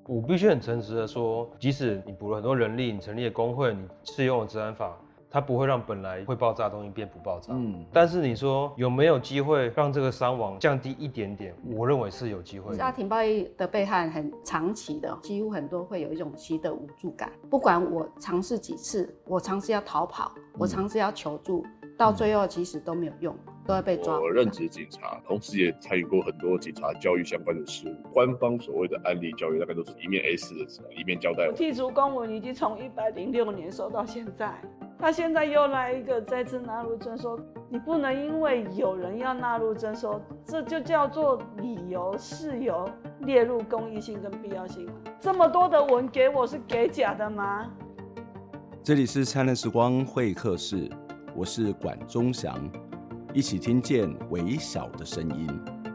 我必须很诚实的说，即使你补了很多人力，你成立了工会，你适用了治安法，它不会让本来会爆炸的东西变不爆炸。但是你说有没有机会让这个伤亡降低一点点？我认为是有机会的。 家庭暴力的被害很长期的，几乎很多会有一种习得无助感。不管我尝试几次，我尝试要逃跑，我尝试要求助，到最后其实都没有用，都会被抓。 我任职警察，同时也参与过很多警察教育相关的事务。官方所谓的案例教育，大概都是一面 A4 的纸，一面交代。 剔除公文已经从106年收到现在，他现在又来一个再次纳入征收，你不能因为有人要纳入征收，这就叫做理由事由列入公益性跟必要性。这么多的文给我是给假的吗？ 这里是灿烂时光会客室，我是管中祥，一起听见微小的声音。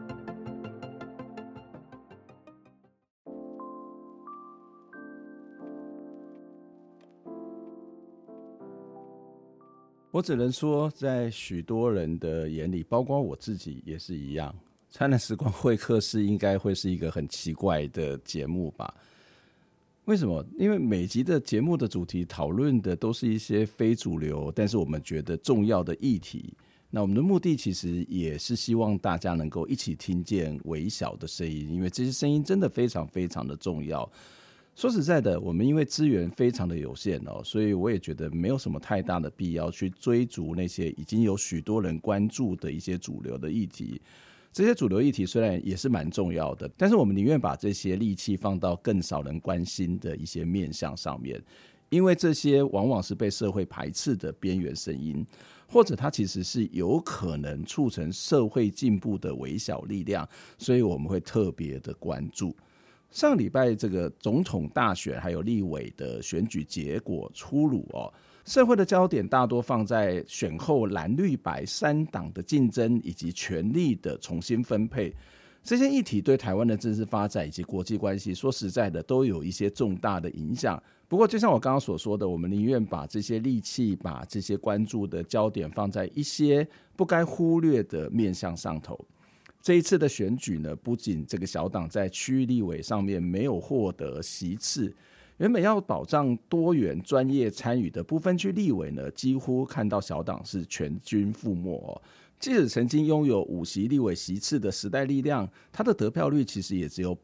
我只能说，在许多人的眼里，包括我自己也是一样，灿烂时光会客室应该会是一个很奇怪的节目吧。为什么？因为每集的节目的主题讨论的都是一些非主流，但是我们觉得重要的议题。那我们的目的其实也是希望大家能够一起听见微小的声音，因为这些声音真的非常非常的重要。说实在的，我们因为资源非常的有限所以我也觉得没有什么太大的必要去追逐那些已经有许多人关注的一些主流的议题。这些主流议题虽然也是蛮重要的，但是我们宁愿把这些力气放到更少人关心的一些面向上面，因为这些往往是被社会排斥的边缘声音，或者它其实是有可能促成社会进步的微小力量，所以我们会特别的关注。上礼拜这个总统大选还有立委的选举结果出炉社会的焦点大多放在选后蓝绿白三党的竞争以及权力的重新分配，这些议题对台湾的政治发展以及国际关系说实在的都有一些重大的影响。不过就像我刚刚所说的，我们宁愿把这些力气把这些关注的焦点放在一些不该忽略的面向上头。这一次的选举呢，不仅这个小党在区域立委上面没有获得席次，原本要保障多元专业参与的不分区立委呢，几乎看到小党是全军覆没即使曾经拥有5席立委席次的时代力量，它的得票率其实也只有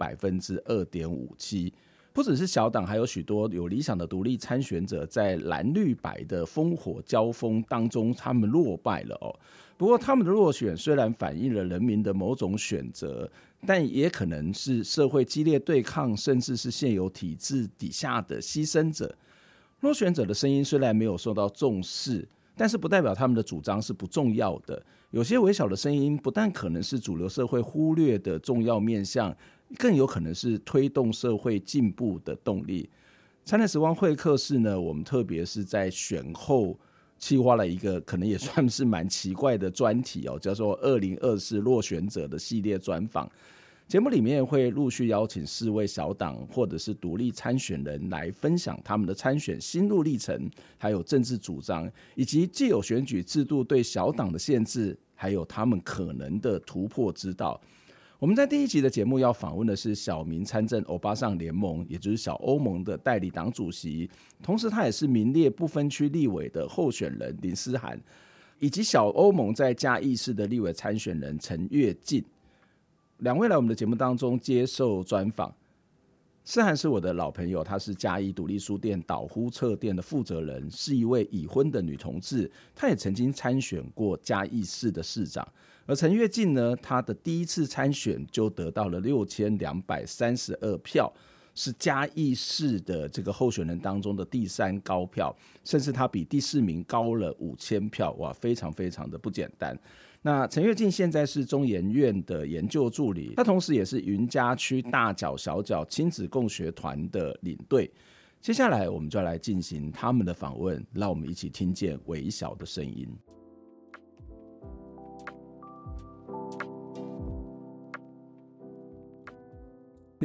2.57%。不只是小党，还有许多有理想的独立参选者在蓝绿白的烽火交锋当中，他们落败了不过他们的落选虽然反映了人民的某种选择，但也可能是社会激烈对抗，甚至是现有体制底下的牺牲者。落选者的声音虽然没有受到重视，但是不代表他们的主张是不重要的。有些微小的声音不但可能是主流社会忽略的重要面向，更有可能是推动社会进步的动力。灿烂时光会客室呢，我们特别是在选后企划了一个可能也算是蛮奇怪的专题叫做2024落选者的系列专访。节目里面会陆续邀请4位小党或者是独立参选人来分享他们的参选心路历程，还有政治主张，以及既有选举制度对小党的限制，还有他们可能的突破之道。我们在第1集的节目要访问的是小民参政欧巴桑联盟，也就是小欧盟的代理党主席，同时他也是名列不分区立委的候选人林思涵，以及小欧盟在嘉义市的立委参选人陈跃进。2位来我们的节目当中接受专访。思涵是我的老朋友，她是嘉义独立书店岛呼册店的负责人，是一位已婚的女同志，她也曾经参选过嘉义市的市长。而陈跃进呢，他的第1次参选就得到了6232票，是嘉义市的这个候选人当中的第3高票，甚至他比第4名高了5000票，哇，非常非常的不简单。那陈跃进现在是中研院的研究助理，他同时也是云嘉区大脚小脚亲子共学团的领队。接下来我们就来进行他们的访问，让我们一起听见微小的声音。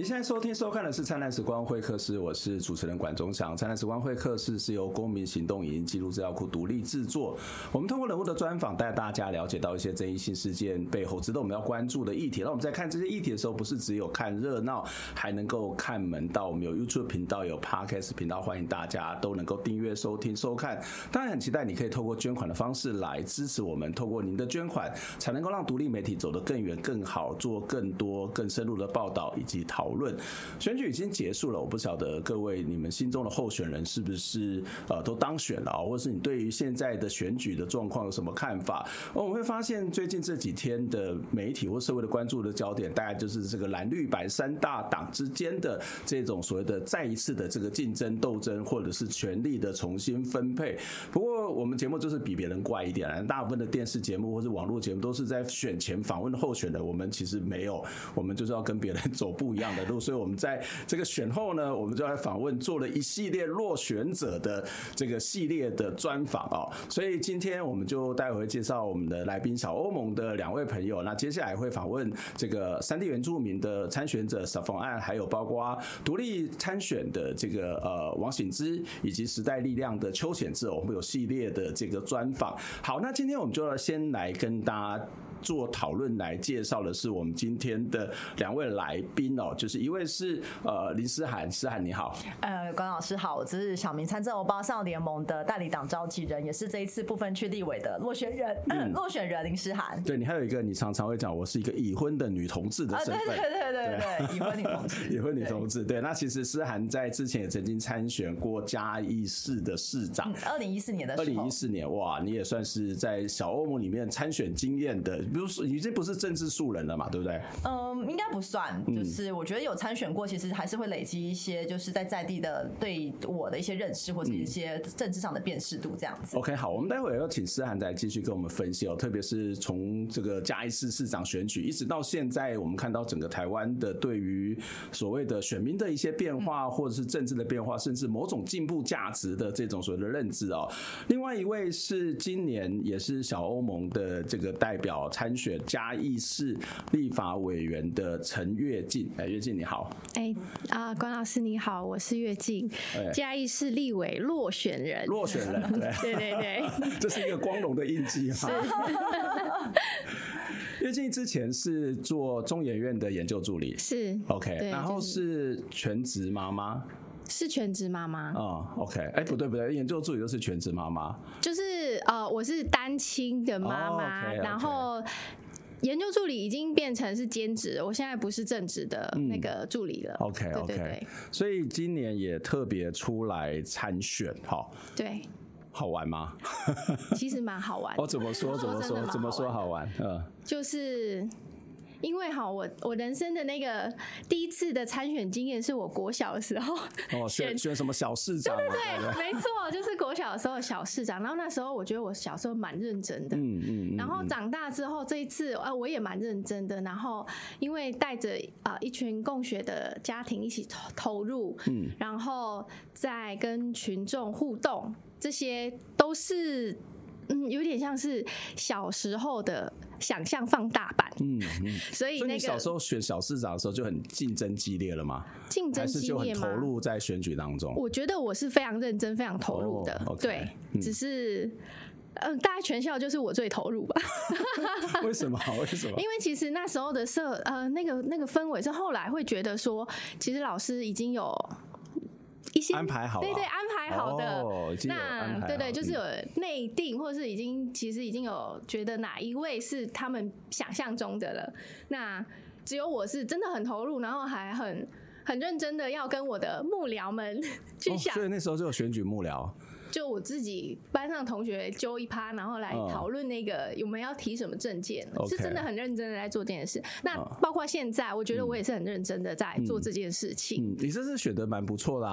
现在收看的是灿烂时光会客室，我是主持人管中祥。灿烂时光会客室是由公民行动影音记录资料库独立制作，我们通过人物的专访带大家了解到一些争议性事件背后值得我们要关注的议题。那我们在看这些议题的时候，不是只有看热闹，还能够看门道。我们有 YouTube 频道，有 Podcast 频道，欢迎大家都能够订阅、收听、收看。当然很期待你可以透过捐款的方式来支持我们，透过您的捐款才能够让独立媒体走得更远更好，做更多更深入的报道以及讨论。选举已经结束了，我不晓得各位你们心中的候选人是不是都当选了，或是你对于现在的选举的状况有什么看法？我们会发现最近这几天的媒体或社会的关注的焦点，大概就是这个蓝绿白三大党之间的这种所谓的再一次的这个竞争斗争，或者是权力的重新分配。不过我们节目就是比别人怪一点，大部分的电视节目或是网络节目都是在选前访问候选人，我们其实没有，我们就是要跟别人走不一样的路，所以我们在这个选后呢，我们就来访问，做了一系列落选者的这个系列的专访哦。所以今天我们就待会介绍我们的来宾小欧盟的2位朋友，那接下来会访问这个3地原住民的参选者撒丰安，还有包括独立参选的这个王醒之，以及时代力量的邱显智，我们有系列的这个专访。好，那今天我们就先来跟大家做讨论，来介绍的是我们今天的2位来宾哦，就是一位是林诗涵，诗涵你好。 关老师好，我是小民参政欧巴桑联盟的代理党召集人，也是这一次不分区立委的落选人林诗涵。 对，你还有一个你常常会讲，我是一个已婚的女同志的身份。 对，已婚女同志。 已婚女同志，对。那其实诗涵在之前也曾经参选过嘉义市的市长。 2014年的时候。 2014年，哇，你也算是在小欧盟里面参选经验的，比如说已经不是政治素人了嘛，对不对？ 应该不算，就是我觉得有参选过，其实还是会累积一些，就是在地的对我的一些认识，或者一些政治上的辨识度这样子。 OK， 好，我们待会儿要请诗涵再继续跟我们分析哦，特别是从这个嘉义市市长选举一直到现在，我们看到整个台湾的对于所谓的选民的一些变化，或者是政治的变化，甚至某种进步价值的这种所谓的认知哦。另外一位是今年也是小欧盟的这个代表参选嘉义市立法委员的陈月静。月静你好。 关老师你好，我是月静，嘉义市立委落选人。对， 这是一个光荣的印记哈。月静之前是做中研院的研究助理， 是 OK， 然后是全职妈妈。 是全职妈妈 OK， 不对，研究助理就是全职妈妈， 就是我是单亲的妈妈，然后研究助理已经变成是兼职，我现在不是正职的那个助理了。 OK， 所以今年也特别出来参选， 对。 好玩吗？ 其实蛮好玩的。 怎么说好玩？ 就是因为我人生的那个第一次的参选经验是我国小的时候选什么小市长？ 对，没错，就是国小的时候小市长。然后那时候我觉得我小时候蛮认真的，然后长大之后这一次我也蛮认真的。然后因为带着一群共学的家庭一起投入，然后再跟群众互动，这些都是有点像是小时候的想象放大版。所以你小时候选小市长的时候就很竞争激烈了吗？ 竞争激烈吗？ 还是就很投入在选举当中？ 我觉得我是非常认真、非常投入的。对，只是大概全校就是我最投入吧。 为什么？ 因为其实那时候的那个氛围是后来会觉得说，其实老师已经有一些安排好了， 对，安排好的。 那对，就是有内定，或者是其实已经有觉得哪一位是他们想象中的了。那只有我是真的很投入，然后还很认真的要跟我的幕僚们去想。 所以那时候就有选举幕僚。 就我自己班上同学揪一趴，然后来讨论那个有没有要提什么政见，是真的很认真的在做这件事。那包括现在，我觉得我也是很认真的在做这件事情。 你这次选的蛮不错的啊。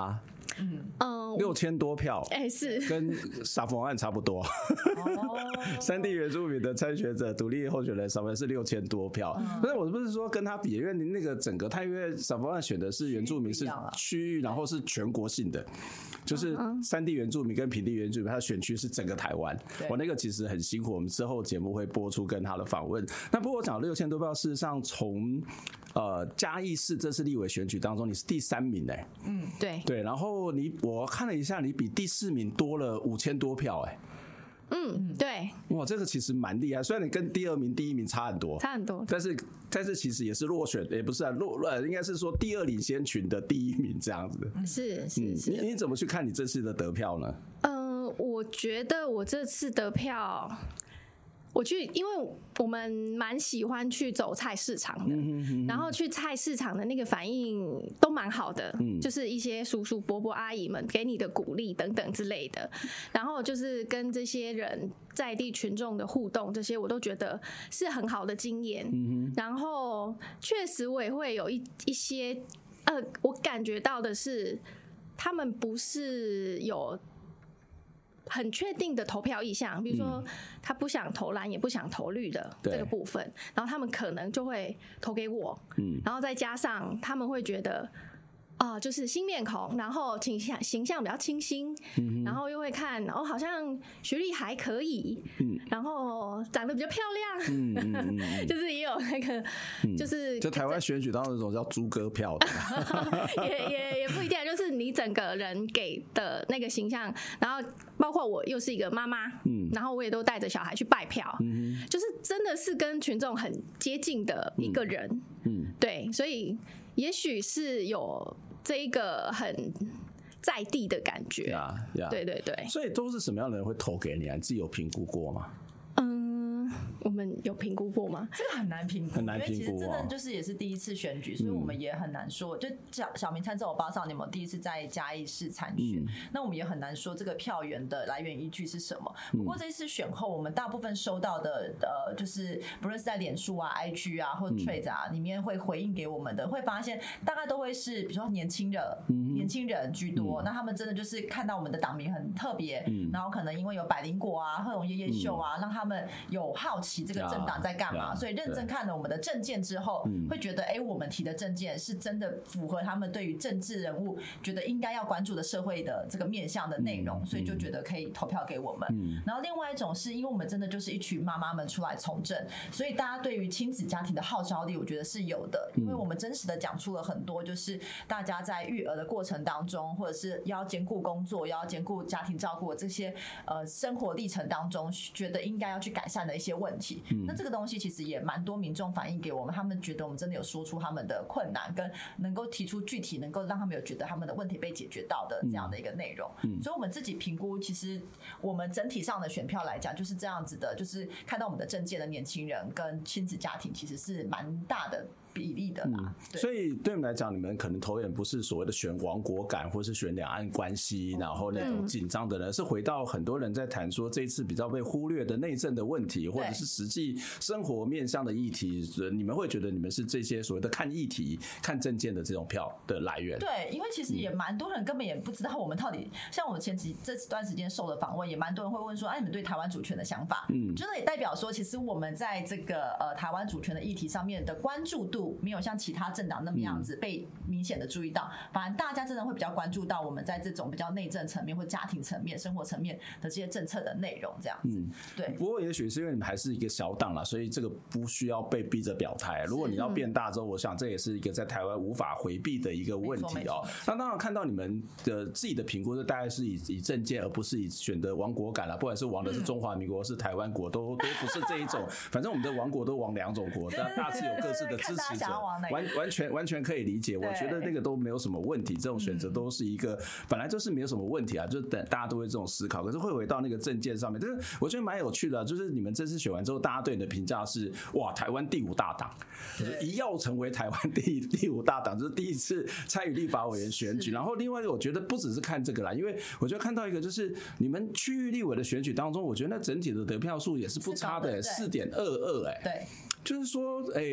6000多票， 是跟沙佛案差不多。山地原住民的参选者独立候选人沙佛案是6000多票，但是我不是说跟他比，因为你那个整个他因为沙佛案选的是原住民是区域，然后是全国性的，就是山地原住民跟平地原住民，他的选区是整个台湾。我那个其实很辛苦，我们之后节目会播出跟他的访问。那不过我讲6000多票，事实上从嘉义市这次立委选举当中，你是第3名对，然后我看了一下，你比第4名多了5000多票对， 哇，这个其实蛮厉害。虽然你跟第2名、第1名差很多，但是其实也是落选，也不是应该是说第2领先群的第1名这样子。 是。 你怎么去看你这次的得票呢？ 我觉得我这次得票。因为我们蛮喜欢去走菜市场的，然后去菜市场的那个反应都蛮好的，就是一些叔叔伯伯阿姨们给你的鼓励等等之类的，然后就是跟这些人在地群众的互动，这些我都觉得是很好的经验。然后确实我也会有一些我感觉到的是，他们不是有很确定的投票意向，比如说他不想投蓝也不想投绿的这个部分，然后他们可能就会投给我，然后再加上他们会觉得就是新面孔，然后形象比较清新，然后又会看好像学历还可以，然后长得比较漂亮，就是也有那个就台湾选举当中那种叫猪哥票的也不一定，就是你整个人给的那个形象，然后包括我又是一个妈妈，然后我也都带着小孩去拜票，就是真的是跟群众很接近的一个人，对，所以也许是有这一个很在地的感觉，对， 所以都是什么样的人会投给你啊？你自己有评估过吗？ 我们有评估过吗？ 这个很难评估，因为其实真的就是也是第一次选举，所以我们也很难说。就小明参政，我不知道你有没有第一次在嘉义市参选，那我们也很难说这个票源的来源依据是什么。不过这一次选后，我们大部分收到的就是不论是在脸书啊、IG 啊或者 Threads 啊里面会回应给我们的，会发现大概都会是比如说年轻人居多，那他们真的就是看到我们的党名很特别，然后可能因为有百灵果啊、贺龙夜夜秀啊，让他们有好奇这个政党在干嘛，所以认真看了我们的政见之后，会觉得我们提的政见是真的符合他们对于政治人物觉得应该要关注的社会的这个面向的内容，所以就觉得可以投票给我们。然后另外一种是因为我们真的就是一群妈妈们出来从政，所以大家对于亲子家庭的号召力我觉得是有的，因为我们真实的讲出了很多就是大家在育儿的过程当中，或者是要兼顾工作要兼顾家庭照顾这些生活历程当中觉得应该要去改善的一些问题。那这个东西其实也蛮多民众反映给我们，他们觉得我们真的有说出他们的困难，跟能够提出具体能够让他们有觉得他们的问题被解决到的这样的一个内容。所以我们自己评估，其实我们整体上的选票来讲就是这样子的，就是看到我们的政见的年轻人跟亲子家庭其实是蛮大的比例的啦。 所以对你们来讲，你们可能投也不是所谓的选亡国感，或是选两岸关系，然后那种紧张的人，是回到很多人在谈说这一次比较被忽略的内政的问题，或者是实际生活面向的议题，你们会觉得你们是这些所谓的看议题、看政见的这种票的来源。 对，因为其实也蛮多人根本也不知道我们到底，像我们这段时间受的访问，也蛮多人会问说，你们对台湾主权的想法，就是也代表说，其实我们在这个台湾主权的议题上面的关注度，没有像其他政党那么样子被明显的注意到，反而大家真的会比较关注到我们在这种比较内政层面或家庭层面、生活层面的这些政策的内容，这样子。对。 不过也许是因为你们还是一个小党啦，所以这个不需要被逼着表态。如果你要变大之后，我想这也是一个在台湾无法回避的一个问题哦。那当然看到你们的自己的评估，大概是以政见，而不是以选的亡国感啦。不管是亡的是中华民国，是台湾国，都不是这一种。反正我们的亡国都亡2种国，大致有各自的支持者，完全可以理解。我觉得那个都没有什么问题，这种选择都是一个本来就是没有什么问题啊，就是大家都会这种思考。可是会回到那个政见上面，但是我觉得蛮有趣的啊，就是你们这次选完之后，大家对你的评价是哇，台湾第5大党，一跃成为台湾第5大党，就是第一次参与立法委员选举。然后另外一个，我觉得不只是看这个啦，因为我觉得看到一个就是你们区域立委的选举当中，我觉得那整体的得票数也是不差的，4.22对。就是说，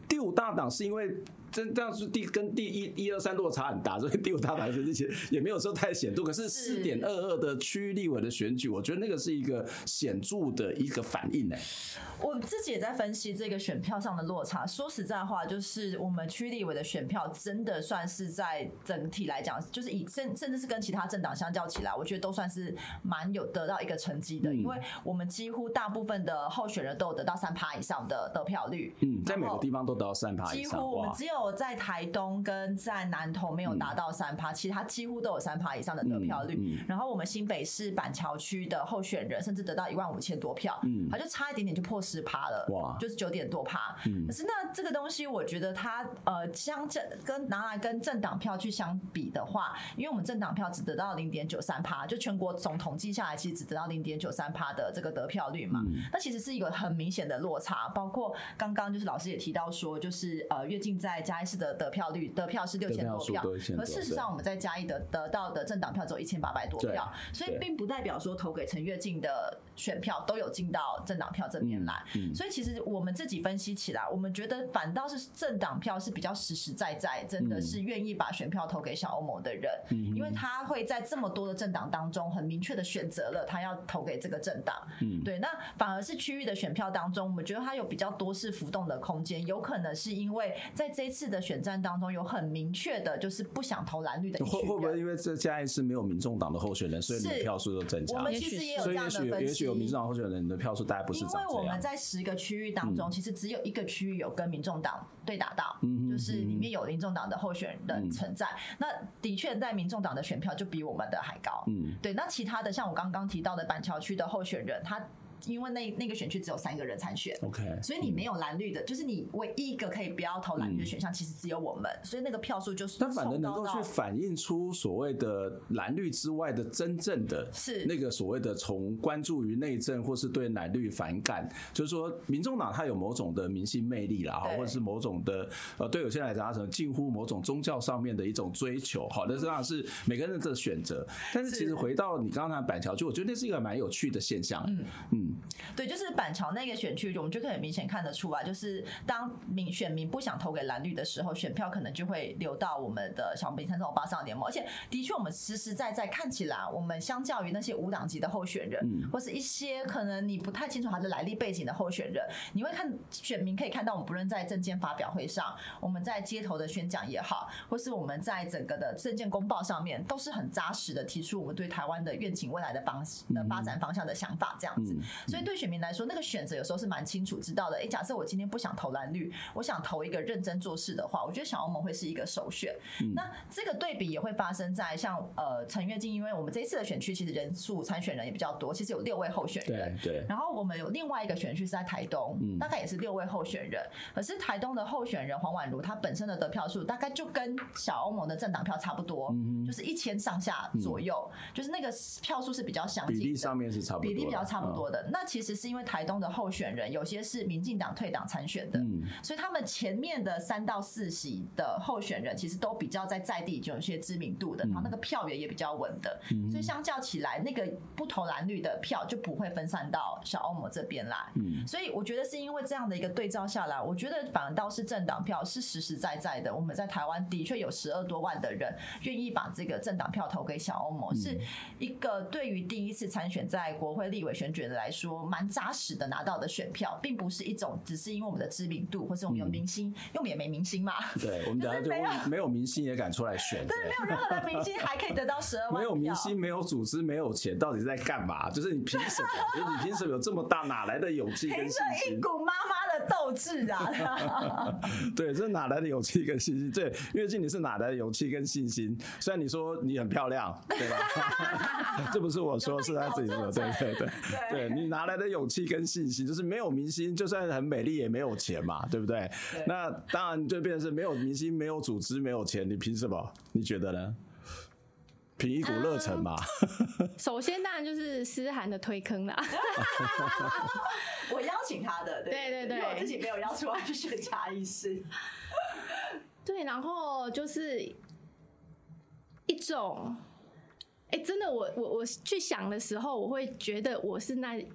第5大党是因为这样是跟第1、2、3落差很大，所以第5大党其实也没有说太显著。可是4.22的区域立委的选举，我觉得那个是一个显著的一个反应。 我自己也在分析这个选票上的落差。说实在话，就是我们区立委的选票真的算是在整体来讲，就是甚至是跟其他政党相较起来，我觉得都算是蛮有得到一个成绩的。因为我们几乎大部分的候选人都有得到3%以上的得票率。 在每个地方都得到3%以上。 几乎我们只有在台东跟在南投没有达到3%，其他几乎都有3%以上的得票率。然后我们新北市板桥区的候选人甚至得到15000多票，他就差一点点就破10%了，哇，就是9点多%。可是那这个东西，我觉得它拿来跟政党票去相比的话，因为我们政党票只得到0.93%，就全国总统计下来，其实只得到0.93%的这个得票率嘛。那其实是一个很明显的落差。包括刚刚就是老师也提到说，就是跃进在嘉义市的得票是6000多票，而事实上我们在嘉义得到的政党票只有1800多票，所以并不代表说投给陈跃进的选票都有进到政党票这边来。所以其实我们自己分析起来，我们觉得反倒是政党票是比较实实在在，真的是愿意把选票投给小欧盟的人，因为他会在这么多的政党当中很明确的选择了他要投给这个政党。对，那反而是区域的选票当中，我们觉得它有比较多是浮动的空间，有可能是因为在这一次的选战当中有很明确的就是不想投蓝绿的一群人。 会不会因为这嘉义市没有民众党的候选人，所以你的票数就增加？ 我们其实也有这样的分析， 也许有民众党候选人的票数大概不是这样。 因为我们在10个区域当中，其实只有1个区域有跟民众党对打到，就是里面有民众党的候选人存在。那的确在民众党的选票就比我们的还高。对，那其他的像我刚刚提到的板桥区的候选人，他因为那个选区只有3个人参选， OK， 所以你没有蓝绿的，就是你唯一一个可以不要投蓝绿的选项，其实只有我们，所以那个票数就是但反而能够去反映出所谓的蓝绿之外的真正的是那个所谓的从关注于内政或是对蓝绿反感，就是说民众党它有某种的民心魅力啦，或者是某种的对有些人来讲，它近乎某种宗教上面的一种追求，好，那当然是每个人的选择。但是其实回到你刚刚谈板桥区，我觉得那是一个蛮有趣的现象。 对，就是板桥那个选区，我们就可以很明显看得出来，就是当选民不想投给蓝绿的时候，选票可能就会流到我们的小民参政巴上联盟。而且的确，我们实实在在看起来，我们相较于那些无党籍的候选人，或是一些可能你不太清楚他的来历背景的候选人，你会看选民可以看到，我们不论在政见发表会上，我们在街头的宣讲也好，或是我们在整个的政见公报上面，都是很扎实的提出我们对台湾的愿景、未来的发展方向的想法，这样子。所以对选民来说，那个选择有时候是蛮清楚知道的。假设我今天不想投蓝绿，我想投一个认真做事的话，我觉得小欧盟会是一个首选。那这个对比也会发生在像陈跃进，因为我们这一次的选区其实人数参选人也比较多，其实有6位候选人。对。然后我们有另外一个选区是在台东，大概也是6位候选人。可是台东的候选人黄婉如，她本身的得票数大概就跟小欧盟的政党票差不多，就是1000上下左右，就是那个票数是比较相近的， 比例上面是差不多， 比例比较差不多的。那其实是因为台东的候选人有些是民进党退党参选的，所以他们前面的3到4席的候选人其实都比较在地已经有一些知名度的，然后那个票源也比较稳的，所以相较起来，那个不投蓝绿的票就不会分散到小欧盟这边来。所以我觉得是因为这样的一个对照下来，我觉得反倒是政党票是实实在在的。我们在台湾的确有12多万的人愿意把这个政党票投给小欧盟，是一个对于第一次参选在国会立委选举来说蛮扎实的拿到的选票，并不是一种只是因为我们的知名度或是我们有明星，因为我们也没明星嘛。 对，我们等下就没有明星也敢出来选， 对，没有任何的明星还可以得到12万票。 没有明星，没有组织，没有钱，到底在干嘛？就是你凭什么？你凭什么有这么大？哪来的勇气跟信心？ 凭着一股妈妈的斗志啊！ 对，这哪来的勇气跟信心？对，跃进你是哪来的勇气跟信心？虽然你说你很漂亮，对吧？这不是我说，是他自己说。对，你哪来的勇气跟信心？就是没有明星，就算很美丽也没有钱嘛，对不对？那当然就变成是没有明星、没有组织、没有钱，你凭什么？你觉得呢？凭一股热忱吧。 首先当然就是思涵的推坑啦。 我邀请他的，对，因为我自己没有邀出来去选嘉义市。 对，然后就是一种，真的我去想的时候，我会觉得我是那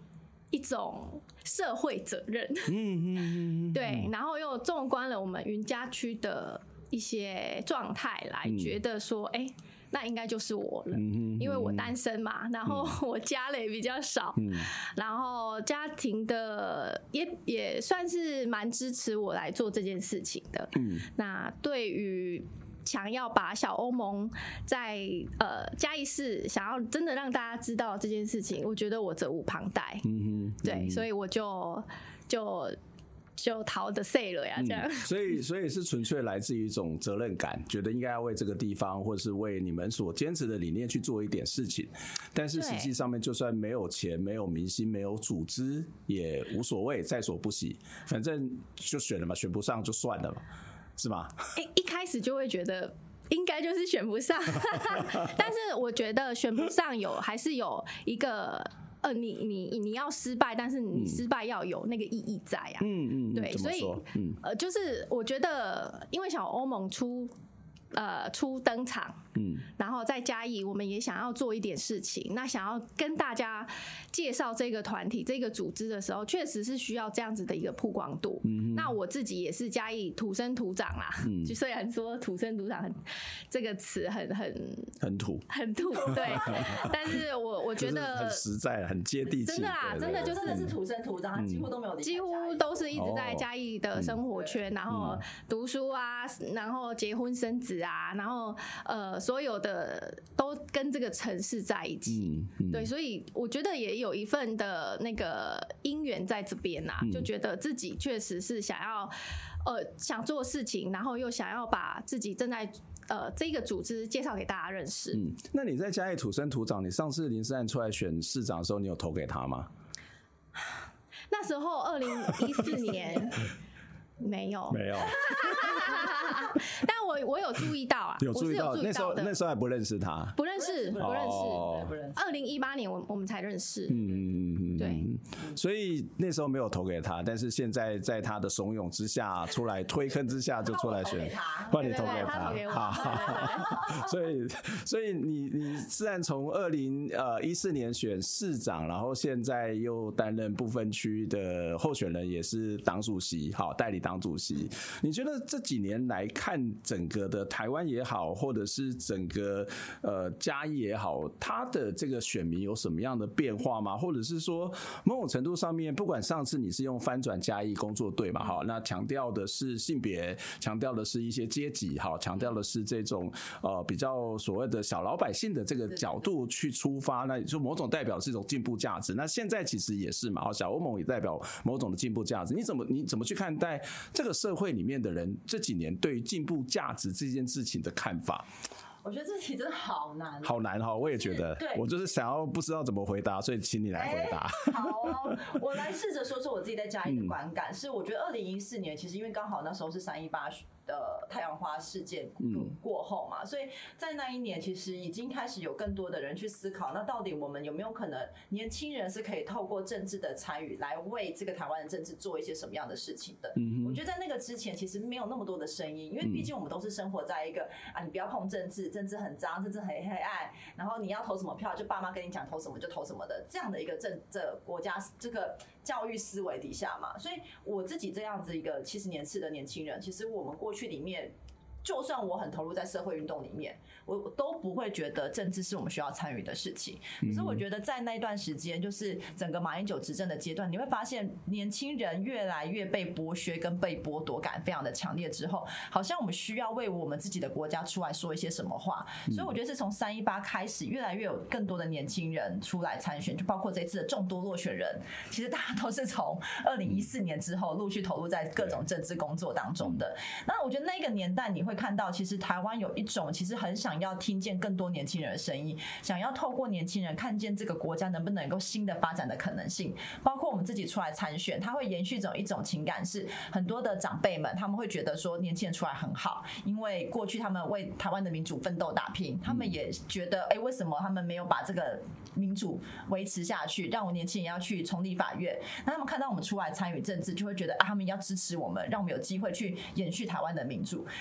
一种社会责任，对，然后又纵观了我们云嘉区的一些状态来觉得说，那应该就是我了，因为我单身嘛，然后我家里比较少，然后家庭的也算是蛮支持我来做这件事情的。那对于想要把小欧盟在嘉义市想要真的让大家知道这件事情，我觉得我责无旁贷。对，所以我就逃的 say 了呀，这样。 所以是纯粹来自于一种责任感，觉得应该要为这个地方或者是为你们所坚持的理念去做一点事情。但是实际上面，就算没有钱、没有明星、没有组织也无所谓，在所不惜，反正就选了嘛，选不上就算了嘛，是吗？ 一开始就会觉得应该就是选不上，但是我觉得选不上还是有一个。你要失败，但是你失败要有那个意义在啊。对，所以就是我觉得，因为小欧盟初登场，然后在嘉义，我们也想要做一点事情。那想要跟大家介绍这个团体、这个组织的时候，确实是需要这样子的一个曝光度。那我自己也是嘉义土生土长啦，就虽然说土生土长这个词很土，对，但是我觉得很实在，很接地气。 真的啦，真的就是土生土长，几乎都没有， 几乎都是一直在嘉义的生活圈，然后读书啊，然后结婚生子啊，然后所有的都跟这个城市在一起，对，所以我觉得也有一份的那个因缘在这边啊，就觉得自己确实是想做事情，然后又想要把自己正在这个组织介绍给大家认识。 那你在嘉义土生土长，你上次林思翰出来选市长的时候，你有投给他吗？ 那时候2014年没有，但我有注意到啊， 有注意到，那时候还不认识他， 不认识。2018年我们才认识，对， 所以那时候没有投给他，但是现在在他的怂恿之下，出来推坑之下就出来选，换你投给他，所以你虽然从2014年选市长，然后现在又担任不分区的候选人，也是党主席，代理党主席，你觉得这几年来看，整个的台湾也好，或者是整个嘉义也好，他的这个选民有什么样的变化吗？或者是说某种程度上面，不管上次你是用翻转嘉义工作队嘛，那强调的是性别，强调的是一些阶级，强调的是这种比较所谓的小老百姓的这个角度去出发，那就某种代表是一种进步价值。那现在其实也是嘛，小欧盟也代表某种的进步价值。你怎么去看待这个社会里面的人这几年对于进步价值这件事情的看法？ 我觉得这题真的好难， 好难哈！我也觉得，我就是想要不知道怎么回答，所以请你来回答。 好，我来试着说说我自己在嘉义的观感。是我觉得2014年其实因为刚好那时候是318的太阳花事件过后嘛，所以在那一年其实已经开始有更多的人去思考，那到底我们有没有可能年轻人是可以透过政治的参与来为这个台湾的政治做一些什么样的事情的？我觉得在那个之前其实没有那么多的声音，因为毕竟我们都是生活在一个你不要碰政治，政治很脏，政治很黑暗，然后你要投什么票就爸妈跟你讲投什么就投什么的这样的一个国家这个教育思维底下嘛，所以我自己这样子一个70年次的年轻人，其实我们过去里面，就算我很投入在社会运动里面，我都不会觉得政治是我们需要参与的事情。可是我觉得在那段时间，就是整个马英九执政的阶段，你会发现年轻人越来越被剥削跟被剥夺感非常的强烈之后，好像我们需要为我们自己的国家出来说一些什么话。所以我觉得是从318开始，越来越有更多的年轻人出来参选，就包括这次的众多落选人，其实大家都是从2014年之后陆续投入在各种政治工作当中的。那我觉得那个年代你会看到，其实台湾有一种其实很想要听见更多年轻人的声音，想要透过年轻人看见这个国家能不能够新的发展的可能性。包括我们自己出来参选，他会延续一种情感，是很多的长辈们他们会觉得说年轻人出来很好，因为过去他们为台湾的民主奋斗打拼，他们也觉得为什么他们没有把这个民主维持下去，让我年轻人要去冲立法院。那他们看到我们出来参与政治，就会觉得他们要支持我们，让我们有机会去延续台湾的民主。我觉得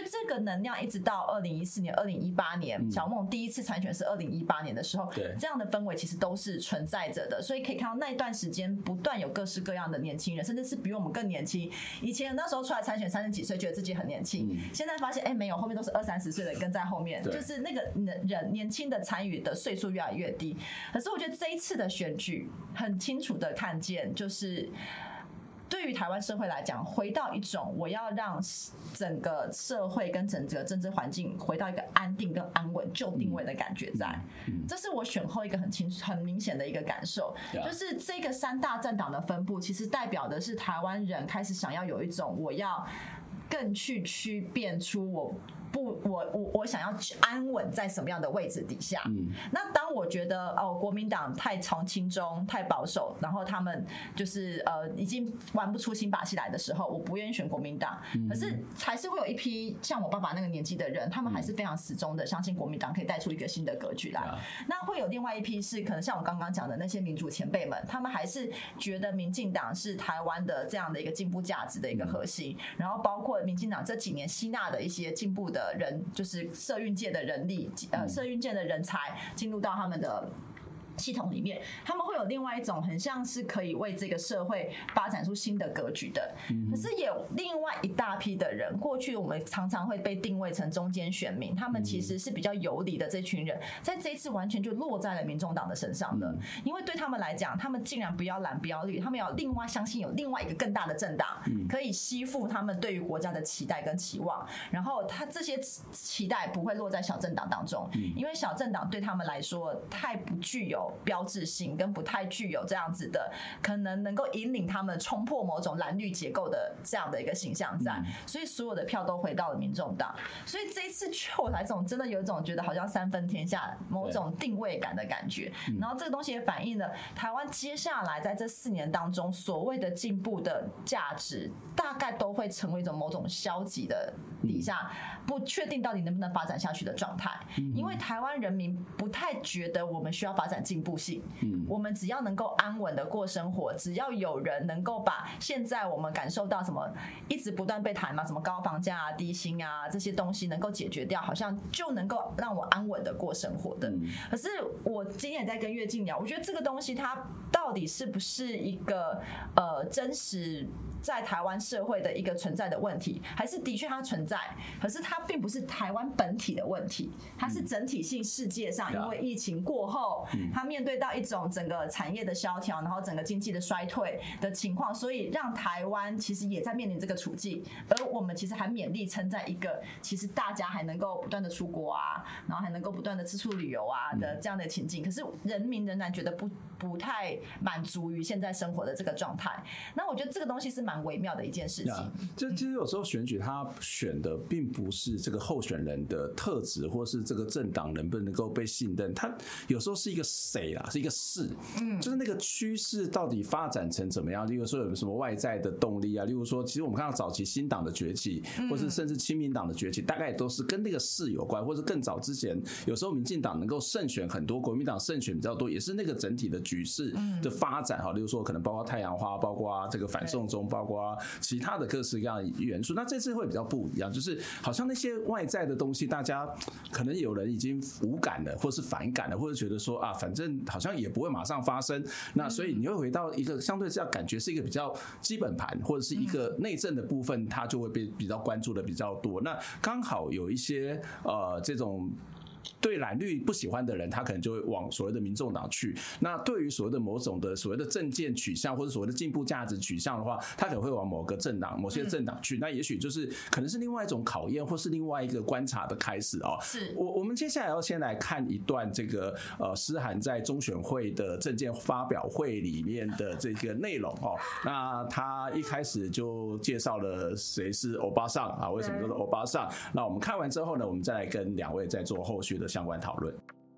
这个能量一直到2014年、2018年，小梦第一次参选是2018年的时候，这样的氛围其实都是存在着的。所以可以看到那一段时间不断有各式各样的年轻人，甚至是比我们更年轻。以前那时候出来参选30几岁，觉得自己很年轻，现在发现没有，后面都是20-30岁的跟在后面，就是那个人年轻的参与的岁数越来越低。可是我觉得这一次的选举很清楚的看见，就是对于台湾社会来讲，回到一种我要让整个社会跟整个政治环境回到一个安定跟安稳就定位的感觉在，这是我选后一个很明显的一个感受，就是这个3大政党的分布，其实代表的是台湾人开始想要有一种我要更去区辨出我想要安稳在什么样的位置底下。那当我觉得国民党太亲中太保守，然后他们就是已经玩不出新把戏来的时候，我不愿意选国民党。可是还是会有一批像我爸爸那个年纪的人，他们还是非常始终的相信国民党可以带出一个新的格局来。那会有另外一批是可能像我刚刚讲的那些民主前辈们，他们还是觉得民进党是台湾的这样的一个进步价值的一个核心，然后包括民进党这几年吸纳的一些进步的人，就是社运界的人力，社运界的人才进入到他们的系统里面，他们会有另外一种很像是可以为这个社会发展出新的格局的。可是也有另外一大批的人，过去我们常常会被定位成中间选民，他们其实是比较游离的这群人，在这一次完全就落在了民众党的身上的。因为对他们来讲，他们竟然不要蓝不要绿，他们要另外相信有另外一个更大的政党可以吸附他们对于国家的期待跟期望，然后他这些期待不会落在小政党当中，因为小政党对他们来说太不具有标志性，跟不太具有这样子的可能够引领他们冲破某种蓝绿结构的这样的一个形象在，所以所有的票都回到了民众党。所以这一次我来总真的有一种觉得好像3分天下某种定位感的感觉。然后这个东西也反映了台湾接下来在这4年当中所谓的进步的价值，大概都会成为一种某种消极的底下不确定到底能不能发展下去的状态。因为台湾人民不太觉得我们需要发展进步性，我们只要能够安稳的过生活，只要有人能够把现在我们感受到什么一直不断被谈嘛，什么高房价啊、低薪啊这些东西能够解决掉，好像就能够让我安稳的过生活的。可是我今天也在跟月静聊，我觉得这个东西它到底是不是一个真实在台湾社会的一个存在的问题，还是的确它存在，可是它并不是台湾本体的问题，它是整体性世界上因为疫情过后，它面对到一种整个产业的萧条，然后整个经济的衰退的情况，所以让台湾其实也在面临这个处境，而我们其实还勉力撑在一个其实大家还能够不断的出国啊，然后还能够不断的四处旅游啊的这样的情境，可是人民仍然觉得不太满足于现在生活的这个状态。那我觉得这个东西是蛮微妙的一件事情。 就其实有时候选举他选的并不是这个候选人的特质，或是这个政党能不能够被信任，他有时候是一个谁啦，是一个事，就是那个趋势到底发展成怎么样。例如说有什么外在的动力啊，例如说其实我们看到早期新党的崛起，或是甚至亲民党的崛起，大概也都是跟那个事有关，或是更早之前有时候民进党能够胜选很多，国民党胜选比较多，也是那个整体的局势的发展。例如说可能包括太阳花，包括这个反送中，包括其他的各式各样的元素。那这次会比较不一样，就是好像那些外在的东西大家可能有人已经无感了，或是反感了，或者觉得说啊反正好像也不会马上发生，那所以你会回到一个相对这样感觉是一个比较基本盘，或者是一个内政的部分，它就会被比较关注的比较多。那刚好有一些这种对蓝绿不喜欢的人，他可能就会往所谓的民众党去。那对于所谓的某种的所谓的政见取向或者所谓的进步价值取向的话，他可能会往某个政党、某些政党去。那也许就是可能是另外一种考验，或是另外一个观察的开始哦。 是我们接下来要先来看一段这个诗涵在中选会的政见发表会里面的这个内容哦。那他一开始就介绍了谁是欧巴桑啊，为什么叫做欧巴桑？那我们看完之后呢，我们再来跟2位再做后续的相关讨论。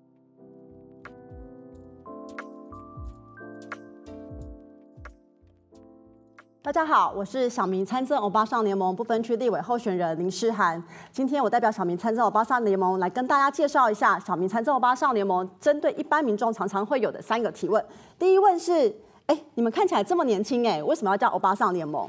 大家好，我是小民参政欧巴桑联盟不分区立委候选人林诗涵。今天我代表小民参政欧巴桑联盟来跟大家介绍一下小民参政欧巴桑联盟针对一般民众常常会有的3个提问。第一问是，你们看起来这么年轻，为什么要叫欧巴桑联盟？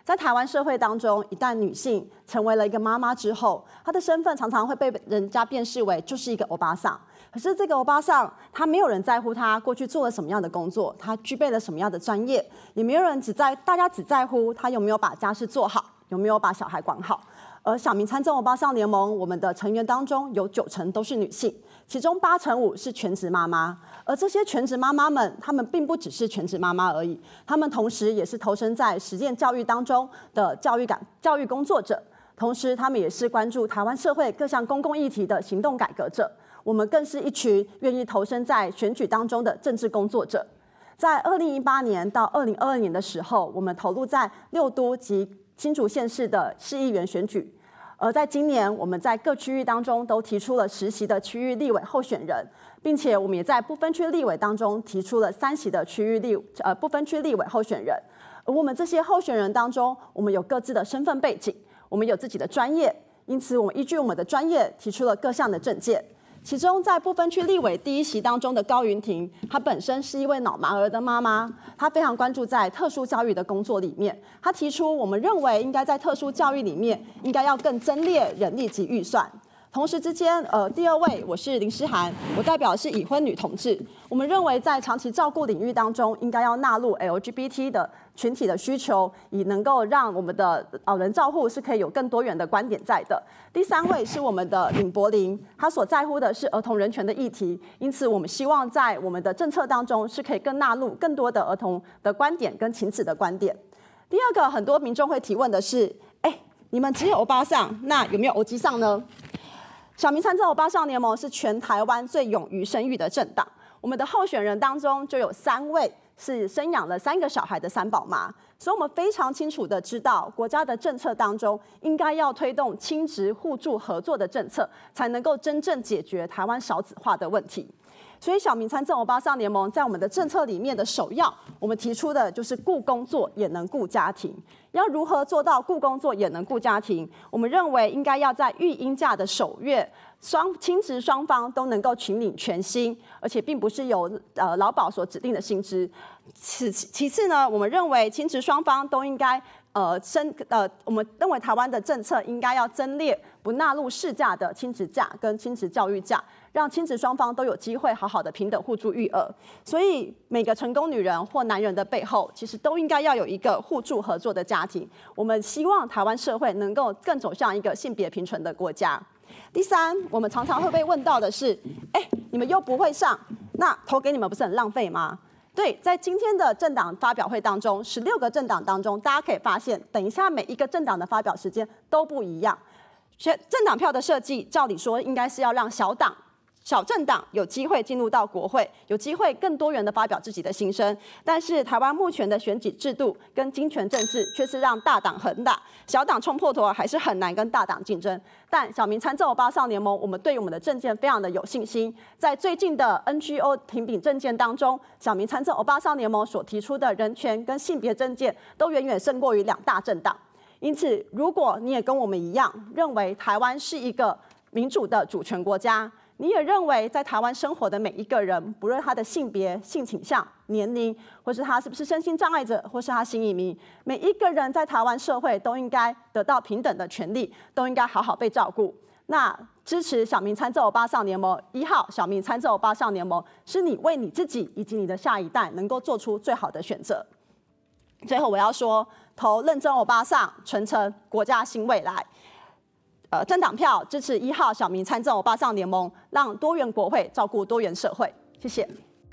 在台湾社会当中，一旦女性成为了一个妈妈之后，她的身份常常会被人家辨识为就是一个欧巴桑。可是这个欧巴桑，他没有人在乎他过去做了什么样的工作，他具备了什么样的专业，也没有人大家只在乎他有没有把家事做好，有没有把小孩管好。而小民参政欧巴桑联盟，我们的成员当中有90%都是女性，其中85%是全职妈妈。而这些全职妈妈们，她们并不只是全职妈妈而已，她们同时也是投身在实践教育当中的教育工作者，同时她们也是关注台湾社会各项公共议题的行动改革者。我们更是一群愿意投身在选举当中的政治工作者。在2018年到2022年的时候，我们投入在6都及新竹县市的市议员选举。而在今年，我们在各区域当中都提出了10席的区域立委候选人，并且我们也在不分区立委当中提出了3席的不分区立委候选人。而我们这些候选人当中，我们有各自的身份背景，我们有自己的专业，因此我们依据我们的专业提出了各项的政见。其中在不分区立委第1席当中的高云婷，她本身是一位脑麻儿的妈妈，她非常关注在特殊教育的工作里面。她提出，我们认为应该在特殊教育里面应该要更增列人力及预算。同时之间，第2位我是林诗涵，我代表的是已婚女同志。我们认为在长期照顾领域当中，应该要纳入 LGBT 的群体的需求，以能够让我们的老人照护是可以有更多元的观点在的。第3位是我们的林柏林，他所在乎的是儿童人权的议题，因此我们希望在我们的政策当中是可以更纳入更多的儿童的观点跟亲子的观点。第2个，很多民众会提问的是，你们只有欧巴桑，那有没有欧基桑呢？小民参政欧巴桑联盟是全台湾最勇于生育的政党，我们的候选人当中就有3位是生养了3个小孩的3宝妈，所以我们非常清楚的知道，国家的政策当中应该要推动亲职互助合作的政策，才能够真正解决台湾少子化的问题。所以小民参政欧巴桑联盟在我们的政策里面的首要，我们提出的就是顾工作也能顾家庭。要如何做到顾工作也能顾家庭？我们认为应该要在育婴假的首月，亲职双方都能够群领全薪，而且并不是由劳保所指定的薪资。其次呢，我们认为亲职双方都应该我们认为台湾的政策应该要增列不纳入事假的亲职假跟亲职教育假，让亲职双方都有机会好好的平等互助育儿。所以每个成功女人或男人的背后，其实都应该要有一个互助合作的家庭。我们希望台湾社会能够更走向一个性别平权的国家。第3，我们常常会被问到的是，你们又不会上，那投给你们不是很浪费吗？对，在今天的政党发表会当中，16个政党当中，大家可以发现，等一下每一个政党的发表时间都不一样。政党票的设计，照理说应该是要让小政党有机会进入到国会，有机会更多元的发表自己的心声。但是台湾目前的选举制度跟金权政治，却是让大党横打，小党冲破头还是很难跟大党竞争。但小民参政欧巴桑联盟，我们对我们的政见非常的有信心。在最近的 NGO 评比政见当中，小民参政欧巴桑联盟所提出的人权跟性别政见，都远远胜过于2大政党。因此，如果你也跟我们一样，认为台湾是一个民主的主权国家，你也认为在台湾生活的每一个人，不论他的性别、性倾向、年龄，或是他是不是身心障碍者，或是他新移民，每一个人在台湾社会都应该得到平等的权利，都应该好好被照顾。那支持小民参政欧巴桑联盟1号小民参政欧巴桑联盟，是你为你自己以及你的下一代能够做出最好的选择。最后我要说，投认真欧巴桑，传承国家新未来。政党票支持1号小民参政欧巴桑联盟，让多元国会照顾多元社会。谢谢。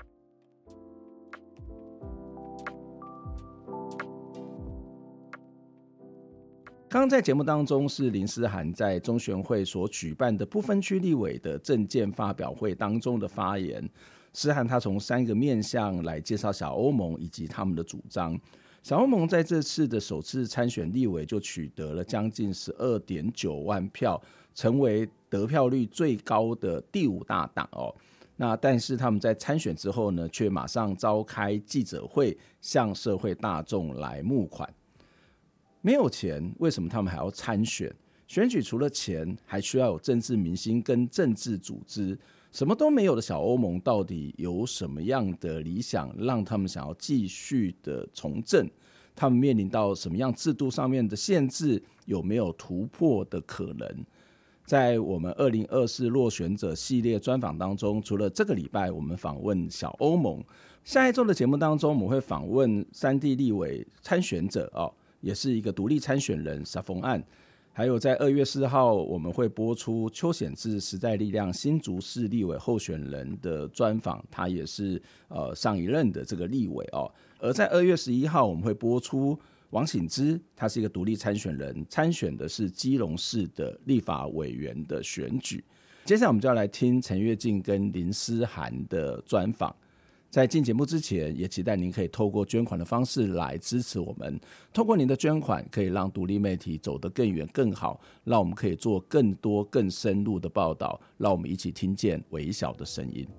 刚刚在节目当中是林诗涵在中选会所举办的不分区立委的政见发表会当中的发言。诗涵他从3个面向来介绍小欧盟以及他们的主张。小欧盟在这次的首次参选立委就取得了将近 12.9 万票，成为得票率最高的第5大党哦。那但是他们在参选之后呢，却马上召开记者会，向社会大众来募款。没有钱，为什么他们还要参选？选举除了钱，还需要有政治明星跟政治组织。什么都没有的小欧盟到底有什么样的理想，让他们想要继续的从政？ 他们面临到什么样制度上面的限制，有没有突破的可能。在我们2024落选者系列专访当中，除了这个礼拜我们访问小欧盟，下一周的节目当中我们会访问3地立委参选者也是一个独立参选人沙丰安，还有在2月4号我们会播出邱显智时代力量新竹市立委候选人的专访，他也是上一任的这个立委而在2月11号我们会播出王醒之，他是一个独立参选人，参选的是基隆市的立法委员的选举。接下来我们就要来听陈月静跟林思涵的专访。在进节目之前，也期待您可以透过捐款的方式来支持我们。透过您的捐款，可以让独立媒体走得更远更好，让我们可以做更多更深入的报道，让我们一起听见微小的声音。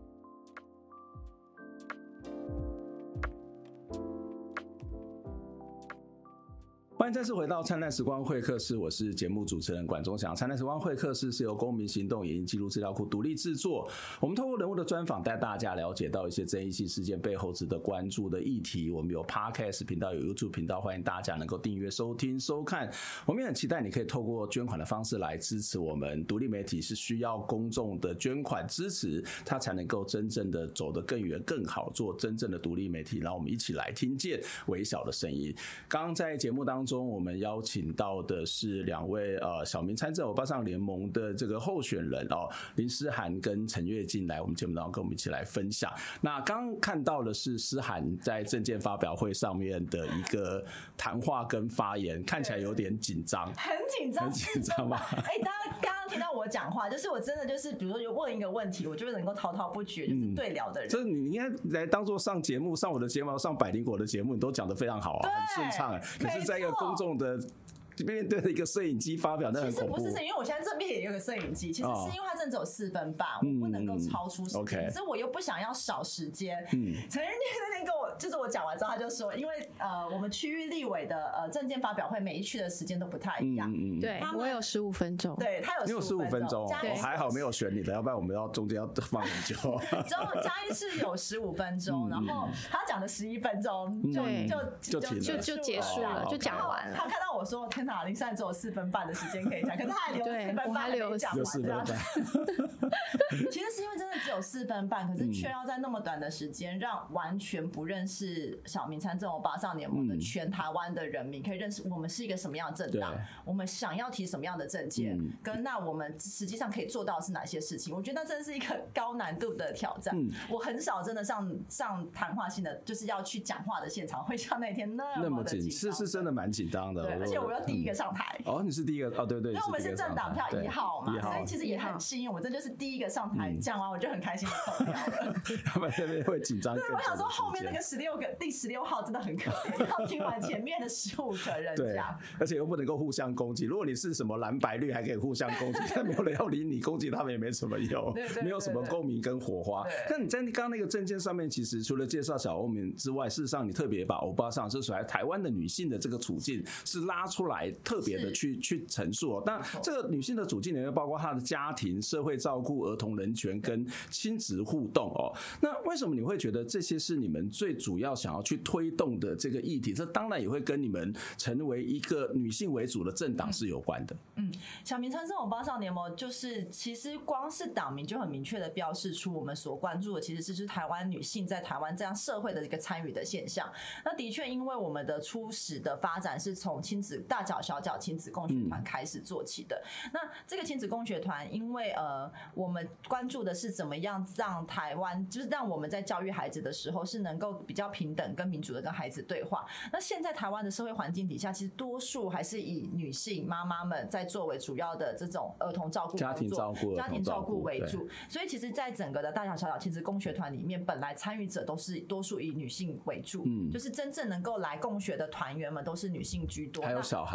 欢迎再次回到灿烂时光会客室，我是节目主持人管中祥。灿烂时光会客室是由公民行动影音记录资料库独立制作，我们透过人物的专访带大家了解到一些争议性事件背后值得关注的议题。我们有 Podcast 频道，有 YouTube 频道，欢迎大家能够订阅收听收看。我们也很期待你可以透过捐款的方式来支持我们。独立媒体是需要公众的捐款支持，它才能够真正的走得更远更好，做真正的独立媒体，让我们一起来听见微小的声音。刚刚在节目当中我们邀请到的是2位小民参政欧巴桑联盟的这个候选人林思涵跟陈月静来我们节目当中跟我们一起来分享。那刚刚看到的是思涵在政见发表会上面的一个谈话跟发言，看起来有点紧张， 很紧张， 很紧张吗？ 大家刚刚听到我讲话，就是我真的就是比如说问一个问题，我就能够滔滔不绝，就是对聊的人。 就是你应该来当做上节目，上我的节目，上百灵果的节目，你都讲得非常好很顺畅。可是在一个公众的面对一个摄影机发表，那很恐怖。 其实不是，因为我现在这边也有个摄影机，其实是因为它真的只有4分半，我不能够超出时间，可是我又不想要少时间。陈月静那天跟我，就是我讲完之后，他就说，因为我们区域立委的政见发表会，每一区的时间都不太一样。 对，我有15分钟， 对他有15分钟， 还好没有选你的，要不然我们要中间要放很久。 嘉义市有15分钟，然后他讲的11分钟就结束了，就讲完了。 他看到我说，天哪，林思涵只有4分半的时间可以讲，可是他还留4分半没讲完，这样子。其实是因为真的只有4分半，可是却要在那么短的时间，让完全不认识小民参政欧巴桑联盟的全台湾的人民可以认识我们是一个什么样的政党，我们想要提什么样的政见，跟那我们实际上可以做到的是哪些事情。我觉得那真的是一个高难度的挑战。我很少真的上谈话性的，就是要去讲话的现场，会像那天那么的紧张， 是真的蛮紧张的。 而且我又第一个上台。 你是第一个对，因为我们是政党票1号嘛，所以其实也很幸运，我这就是第一个上台，讲完我就很开心的走掉了。 他们那边会紧张。 对，我想说后面那个第16号真的很可怜，要听完前面的15个人讲， 而且又不能够互相攻击。如果你是什么蓝白绿，还可以互相攻击，但没有人要理你，攻击他们也没什么用，没有什么共鸣跟火花。那你在刚刚那个政见上面，其实除了介绍小欧盟之外，事实上你特别把欧巴桑是属于台湾的女性的这个处境是拉出来，特别的去陈述。但这个女性的处境里面包括她的家庭、社会照顾、儿童人权跟亲子互动那为什么你会觉得这些是你们最主要想要去推动的这个议题？这当然也会跟你们成为一个女性为主的政党是有关的。 小民参政欧巴桑联盟就是其实光是党名就很明确的标示出我们所关注的其实是台湾女性在台湾这样社会的一个参与的现象。那的确因为我们的初始的发展是从亲子大脚小脚亲子共学团开始做起的。那这个亲子共学团因为我们关注的是怎么样让台湾就是让我们在教育孩子的时候是能够比较平等跟民主的跟孩子对话。那现在台湾的社会环境底下，其实多数还是以女性妈妈们在作为主要的这种儿童照顾家庭照顾为主。所以其实在整个的大小小亲子共学团里面，本来参与者都是多数以女性为主，就是真正能够来共学的团员们都是女性居多， 还有小孩。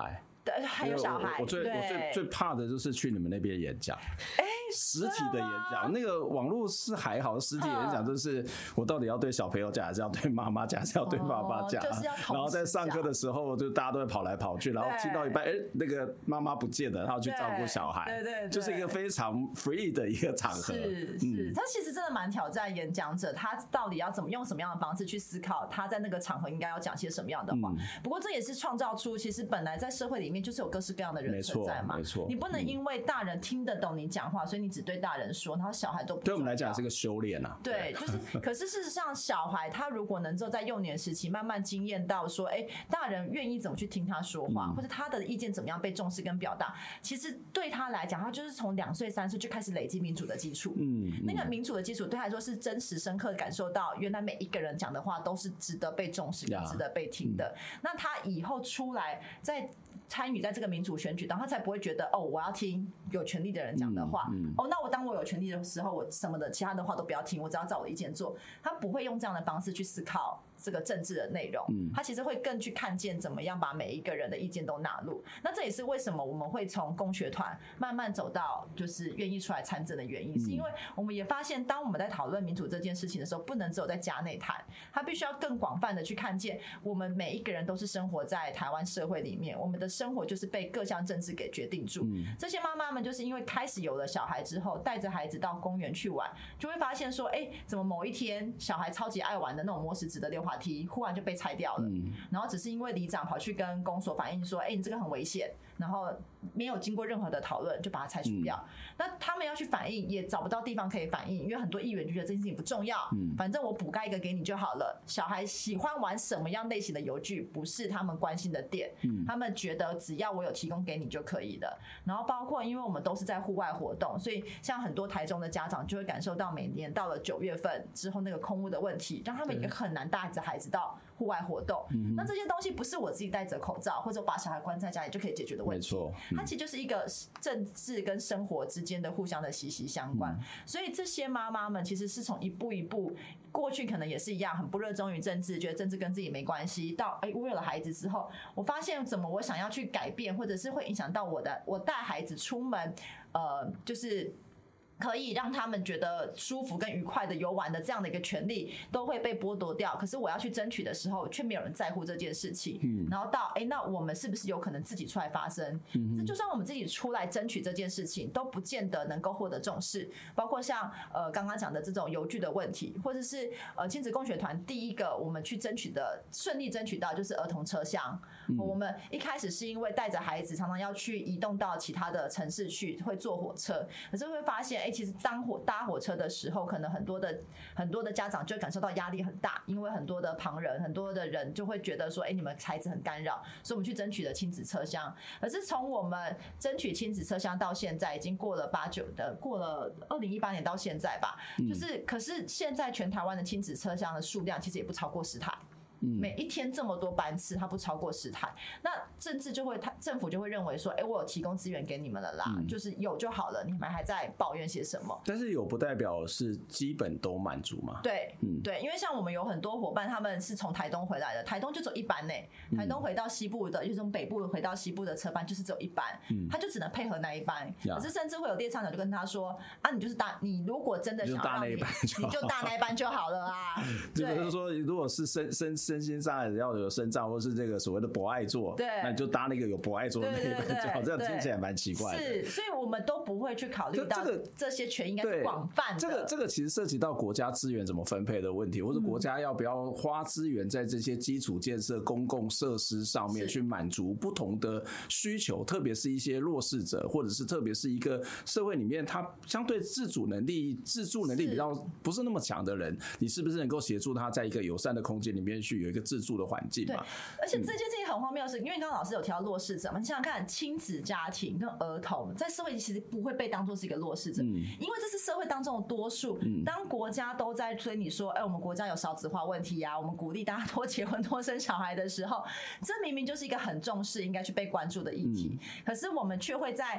对，还有小孩。 我最怕的就是去你们那边演讲，实体的演讲，那个网络是还好，实体演讲就是我到底要对小朋友讲，还是要对妈妈讲，还是要对爸爸讲？ 就是要然后在上课的时候，就大家都会跑来跑去，然后听到一半，那个妈妈不见了，然后去照顾小孩， 对， 就是一个非常 free 的一个场合。 是，他其实真的蛮挑战演讲者，他到底要怎么用什么样的方式去思考，他在那个场合应该要讲些什么样的话。不过这也是创造出，其实本来在社会里面就是有各式各样的人存在嘛， 没错， 你不能因为大人听得懂你讲话，所以你只对大人说，然后小孩都不对我们来讲是个修炼啊。 对，就是，可是事实上，小孩他如果能够在幼年时期慢慢经验到说，大人愿意怎么去听他说话，或者他的意见怎么样被重视跟表达，其实对他来讲，他就是从2岁3岁就开始累积民主的基础。那个民主的基础对他来说是真实深刻感受到，原来每一个人讲的话都是值得被重视、值得被听的。那他以后出来再参与在这个民主选举当中，他才不会觉得我要听有权利的人讲的话。那当我有权利的时候，我什么的其他的话都不要听，我只要照我的意见做。他不会用这样的方式去思考这个政治的内容，他其实会更去看见怎么样把每一个人的意见都纳入。那这也是为什么我们会从共学团慢慢走到就是愿意出来参政的原因，是因为我们也发现，当我们在讨论民主这件事情的时候，不能只有在家内谈，他必须要更广泛的去看见我们每一个人都是生活在台湾社会里面，我们的生活就是被各项政治给决定住。这些妈妈们就是因为开始有了小孩之后，带着孩子到公园去玩，就会发现说，怎么某一天小孩超级爱玩的那种磨石子的溜滑梯忽然就被拆掉了，然后只是因为里长跑去跟公所反映说，你这个很危险，然后没有经过任何的讨论就把它拆除掉。那他们要去反映也找不到地方可以反映，因为很多议员就觉得这件事情不重要，反正我补盖一个给你就好了。小孩喜欢玩什么样类型的游具不是他们关心的点，他们觉得只要我有提供给你就可以了。然后包括因为我们都是在户外活动，所以像很多台中的家长就会感受到每年到了9月份之后那个空污的问题，让他们也很难带着孩子到户外活动。那这些东西不是我自己戴着口罩或者把小孩关在家里就可以解决的问题，它其实就是一个政治跟生活之间的互相的息息相关。所以这些妈妈们其实是从一步一步，过去可能也是一样很不热衷于政治，觉得政治跟自己没关系，到我有了孩子之后，我发现怎么我想要去改变，或者是会影响到我带孩子出门，就是可以让他们觉得舒服跟愉快的游玩的这样的一个权利都会被剥夺掉，可是我要去争取的时候却没有人在乎这件事情。然后到那我们是不是有可能自己出来发声？这就算我们自己出来争取这件事情都不见得能够获得重视，包括像刚刚讲的这种游具的问题，或者是亲子共学团第一个我们去争取的顺利争取到就是儿童车厢。我们一开始是因为带着孩子常常要去移动到其他的城市去，会坐火车，可是会发现其实搭火车的时候，可能很多的家长就会感受到压力很大，因为很多的旁人，很多的人就会觉得说，你们孩子很干扰，所以我们去争取了亲子车厢。可是从我们争取亲子车厢到现在，已经过了过了2018年到现在吧，就是可是现在全台湾的亲子车厢的数量其实也不超过10台。每一天这么多班次，它不超过10台，那政府就会认为说，我有提供资源给你们了啦，就是有就好了，你们还在抱怨些什么？ 但是有不代表是基本都满足嘛？ 对，对，因为像我们有很多伙伴，他们是从台东回来的，台东就走1班内，台东回到西部的，就是从北部回到西部的车班就是只有1班，他就只能配合那一班。可是甚至会有列车长就跟他说，你如果真的想要让你就搭那一班就好了啊。 就是说，如果是身心障碍要有身障，或是这个所谓的博爱座，那你就搭那个有博爱座的那一班就好。这样听起来蛮奇怪的。 是，所以我们都不会去考虑到这些权应该是广泛的。 这个其实涉及到国家资源怎么分配的问题，或者国家要不要花资源在这些基础建设、公共设施上面去满足不同的需求，特别是一些弱势者，或者是特别是一个社会里面他相对自助能力比较不是那么强的人，你是不是能够协助他在一个友善的空间里面去有一个自助的环境嘛？ 而且这件事情很荒谬的是，因为刚刚老师有提到弱势者嘛，你想想看，亲子家庭跟儿童在社会其实不会被当作是一个弱势者，因为这是社会当中的多数。当国家都在推你说，我们国家有少子化问题啊，我们鼓励大家多结婚多生小孩的时候，这明明就是一个很重视应该去被关注的议题，可是我们却会在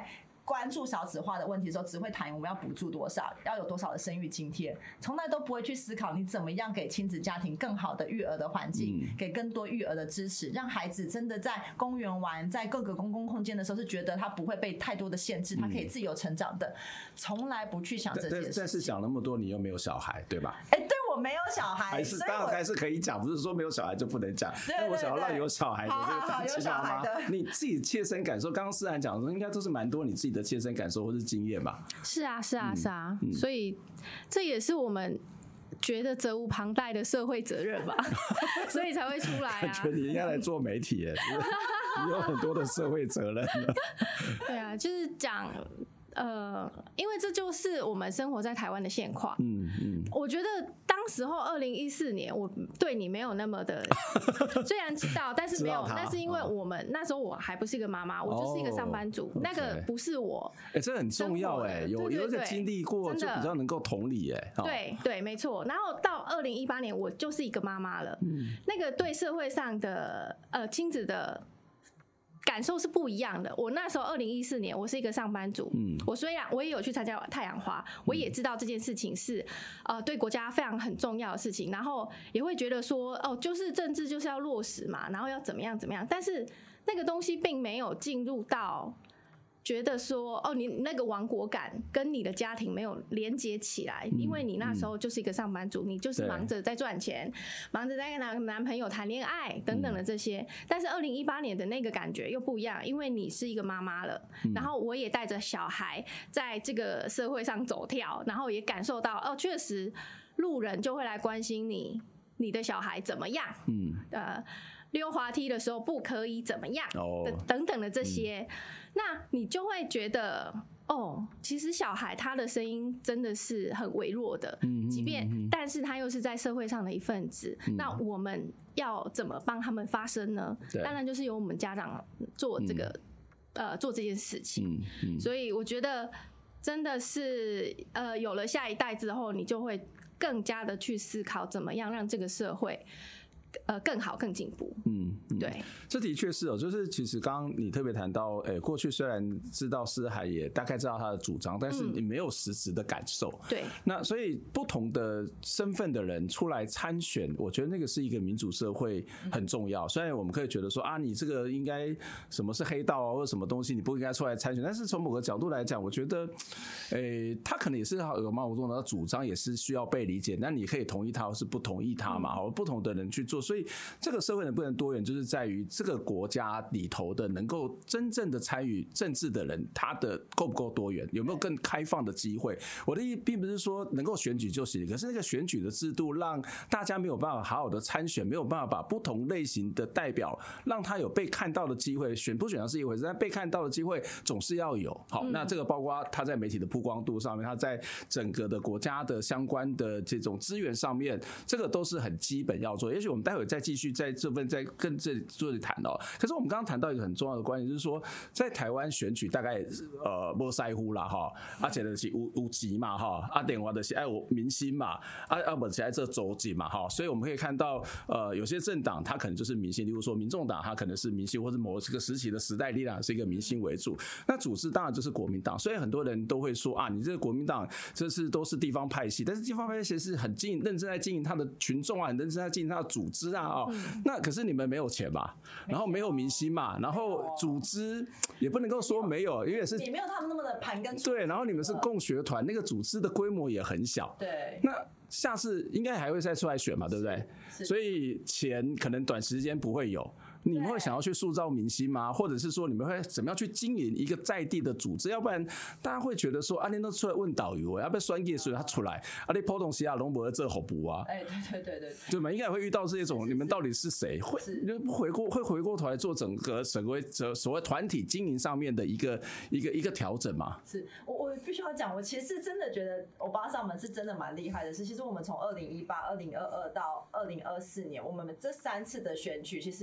关注少子化的问题的时候，只会谈我们要补助多少，要有多少的生育津贴，从来都不会去思考你怎么样给亲子家庭更好的育儿的环境，给更多育儿的支持，让孩子真的在公园玩，在各个公共空间的时候是觉得他不会被太多的限制，他可以自由成长的，从来不去想这件事情。 但是想那么多，你又没有小孩，对吧？ 对，我没有小孩， 当然还是可以讲，不是说没有小孩就不能讲。但我想要让有小孩的这个单亲妈妈，你自己切身感受，刚刚思涵讲的时候，应该都是蛮多你自己的切身感受或是经验吧？ 是啊，所以这也是我们觉得责无旁贷的社会责任吧，所以才会出来啊。 感觉你应该来做媒体耶，你有很多的社会责任。 对啊，就是讲。因为这就是我们生活在台湾的现况。我觉得当时候2014年，我对你没有那么的，虽然知道，但是没有，但是因为我们那时候我还不是一个妈妈，我就是一个上班族，那个不是我。 这很重要有一个经历过，就比较能够同理对，没错。然后到2018年，我就是一个妈妈了。那个对社会上的亲子的感受是不一样的。我那时候2014年，我是一个上班族，我虽然我也有去参加太阳花，我也知道这件事情是对国家非常很重要的事情，然后也会觉得说就是政治就是要落实嘛，然后要怎么样，但是那个东西并没有进入到觉得说你那个亡国感跟你的家庭没有连接起来，因为你那时候就是一个上班族，你就是忙着在赚钱，忙着在跟男朋友谈恋爱等等的这些。但是2018年的那个感觉又不一样，因为你是一个妈妈了，然后我也带着小孩在这个社会上走跳，然后也感受到确实路人就会来关心你的小孩怎么样，溜滑梯的时候不可以怎么样，等等的这些，那你就会觉得其实小孩他的声音真的是很微弱的，即便但是他又是在社会上的一份子，那我们要怎么帮他们发声呢？当然就是由我们家长做这个做这件事情，所以我觉得真的是有了下一代之后，你就会更加的去思考怎么样让这个社会更好更进步。对， 这的确是就是其实刚刚你特别谈到过去虽然知道思涵也大概知道他的主张，但是你没有实质的感受。 对， 那所以不同的身份的人出来参选，我觉得那个是一个民主社会很重要。虽然我们可以觉得说你这个应该什么是黑道或者什么东西你不应该出来参选，但是从某个角度来讲，我觉得他可能也是有某种的主张，也是需要被理解，那你可以同意他或是不同意他嘛，不同的人去做。所以这个社会能不能多元，就是在于这个国家里头的能够真正的参与政治的人，他的够不够多元，有没有更开放的机会。我的意思并不是说能够选举就行，可是那个选举的制度让大家没有办法好好的参选，没有办法把不同类型的代表让他有被看到的机会，选不选上是一回事，但被看到的机会总是要有。好，那这个包括他在媒体的曝光度上面，他在整个的国家的相关的这种资源上面，这个都是很基本要做。也许我们待会再继续在这份再跟这里谈哦。可是我们刚刚谈到一个很重要的观点，就是说在台湾选举大概没在乎啦哈，而且就是有钱嘛哈，另外就是有民心嘛，不是在这州级嘛哈，所以我们可以看到有些政党它可能就是民心，例如说民众党它可能是民心，或者某个时期的时代力量是一个民心为主，那主事当然就是国民党。所以很多人都会说你这个国民党这是都是地方派系，但是地方派系是很认真在经营他的群众很认真在经营他的组织那可是你们没有钱嘛，然后没有民心嘛，然后组织也不能够说没有，因为是也没有他们那么的盘根错节。 对，然后你们是共学团，那个组织的规模也很小。 对， 那下次应该还会再出来选嘛，对不对？所以钱可能短时间不会有。你们会想要去塑造明星吗？或者是说你们会怎么样去经营一个在地的组织？要不然大家会觉得说你都出来问导游，要不要酸给所以他出来你破东西龙博这好补对嘛？应该也会遇到这种，你们到底是谁？会回过头来做整个所谓团体经营上面的一个调整嘛？ 是我必须要讲，我其实真的觉得欧巴桑们是真的蛮厉害的。是，其实我们从2018、2022到2024年，我们这3次的选举，其实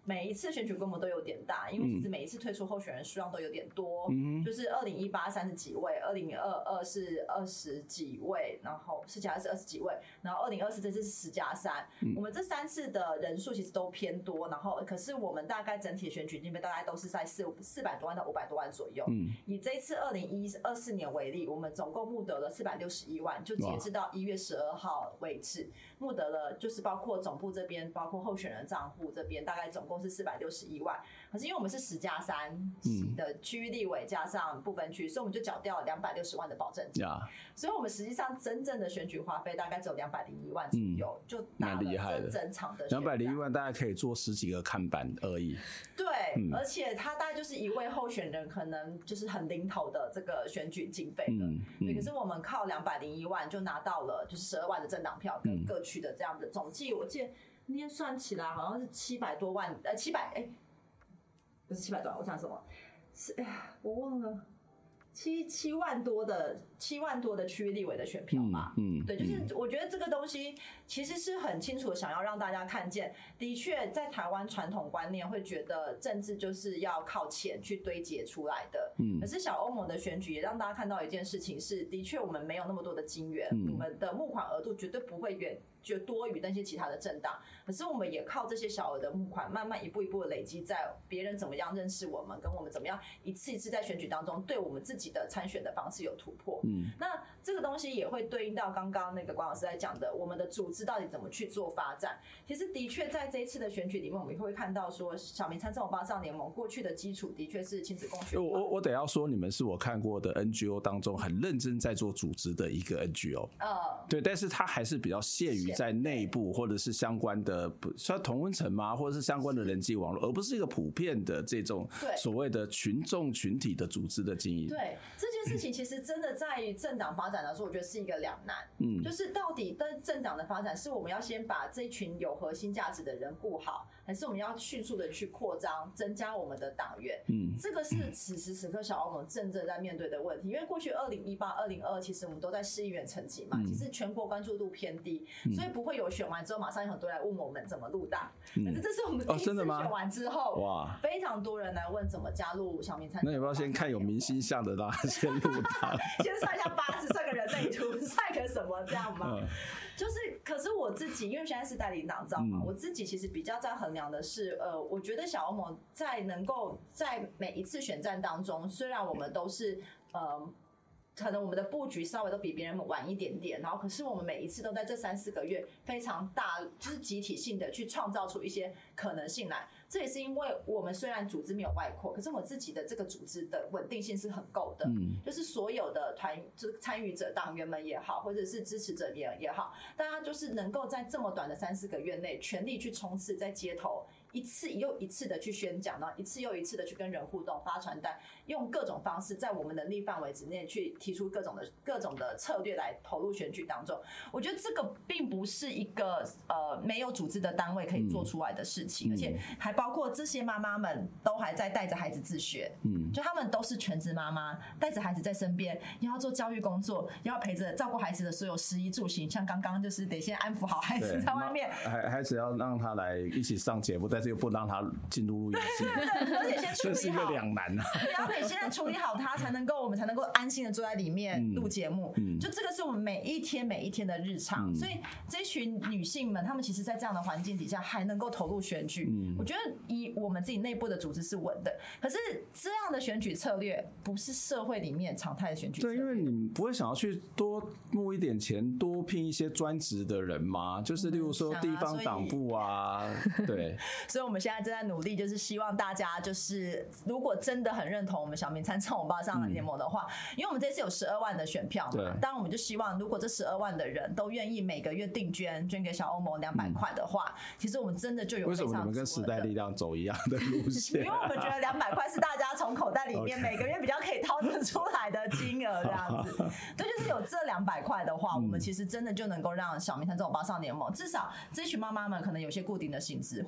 每一次选举规模都有点大，因为其实每一次推出候选人数量都有点多，就是2018 30几位，2022是20几位，然后10+2是20几位，然后2024这次是10+3，我们这3次的人数其实都偏多，然后可是我们大概整体的选举经费大概都是在400多万到500多万左右。以这一次2024年为例，我们总共募得了461万，就截至到1月12号为止，募得了就是包括总部这边，包括候选人账户这边，大概总共是461万。可是因为我们是10+3的区域立委加上不分区，所以我们就缴掉了260万的保证金，所以我们实际上真正的选举花费大概只有201万左右，就打了整场的 201万，大概可以做10几个看板而已。 对，而且他大概就是一位候选人可能就是很零头的这个选举经费的，对。可是我们靠201万就拿到了就是12万的政党票跟各区的这样的总计，我记得那天算起来好像是700多万不是700多万，我讲什么？我忘了。7万多的区域立委的选票吧，对，就是我觉得这个东西其实是很清楚的想要让大家看见，的确在台湾传统观念会觉得政治就是要靠钱去堆叠出来的，可是小欧盟的选举也让大家看到一件事情是，的确我们没有那么多的金源，我们的募款额度绝对不会就多于那些其他的政党，可是我们也靠这些小额的募款，慢慢一步一步的累积在别人怎么样认识我们，跟我们怎么样一次一次在选举当中对我们自己的参选的方式有突破。那这个东西也会对应到刚刚那个关老师在讲的，我们的组织到底怎么去做发展。其实的确在这一次的选举里面，我们也会看到说，小民参政欧巴桑联盟过去的基础的确是亲子共学。 我得要说，你们是我看过的 NGO 当中很认真在做组织的一个 NGO。对，但是它还是比较限于在内部或者是相关的，算同温层吗？或者是相关的人际网络，而不是一个普遍的这种所谓的群众群体的组织的经营。 对，这件事情其实真的在于政党发展来说，我觉得是一个两难。就是到底政党的发展是我们要先把这一群有核心价值的人顾好，还是我们要迅速的去扩张，增加我们的党员？这个是此时此刻小欧盟正在面对的问题。因为过去2018、2022，其实我们都在市议员层级嘛，其实全国关注度偏低，所以不会有选完之后马上有很多人来问我们怎么入党。可是这是我们第一次选完之后，哇，非常多人来问怎么加入小民参政。 那要不要先看有明星相的，让他先入党？ 先算一下八字，算个人类图，算个什么这样吗？就是，可是我自己因为现在是代理党，知道吗？我自己其实比较在衡量的是，我觉得小欧盟能够在每一次选战当中，虽然我们都是可能我们的布局稍微都比别人晚一点点，然后可是我们每一次都在这3-4个月非常大，就是集体性的去创造出一些可能性来。这也是因为我们虽然组织没有外扩，可是我自己的这个组织的稳定性是很够的，就是所有的参与者、党员们也好，或者是支持者也好，大家就是能够在这么短的3-4个月内全力去冲刺，在街头一次又一次的去宣讲，然后一次又一次的去跟人互动、发传单，用各种方式在我们能力范围之内去提出各种的策略来投入选举当中。我觉得这个并不是一个没有组织的单位可以做出来的事情，而且还包括这些妈妈们都还在带着孩子自学，就他们都是全职妈妈，带着孩子在身边，要做教育工作，要陪着照顾孩子的所有食衣住行，像刚刚就是得先安抚好孩子在外面， 孩子要让他来一起上节目，但是又不让他进入录音室， 对，而且先处理好， 这是一个两难啊。 然后你现在处理好他，我们才能够安心的坐在里面录节目。就这个是我们每一天的日常，所以这群女性们，她们其实在这样的环境底下还能够投入选举，我觉得以我们自己内部的组织是稳的。可是这样的选举策略不是社会里面常态的选举策略。 对，因为你不会想要去多募一点钱，多聘一些专职的人吗？就是例如说地方党部啊，对。 所以我们现在正在努力，就是希望大家就是如果真的很认同我们小民参政欧巴桑联盟的话，因为我们这次有12万的选票嘛，当然我们就希望如果这12万的人都愿意每个月定捐给小欧盟200块的话，其实我们真的就有非常。 为什么你们跟时代力量走一样的路线？ 因为我们觉得200块是大家从口袋里面每个月比较可以掏得出来的金额，这样子。对，就是有这200块的话，我们其实真的就能够让小民参政欧巴桑联盟至少这群妈妈们可能有些固定的薪资，或者是我们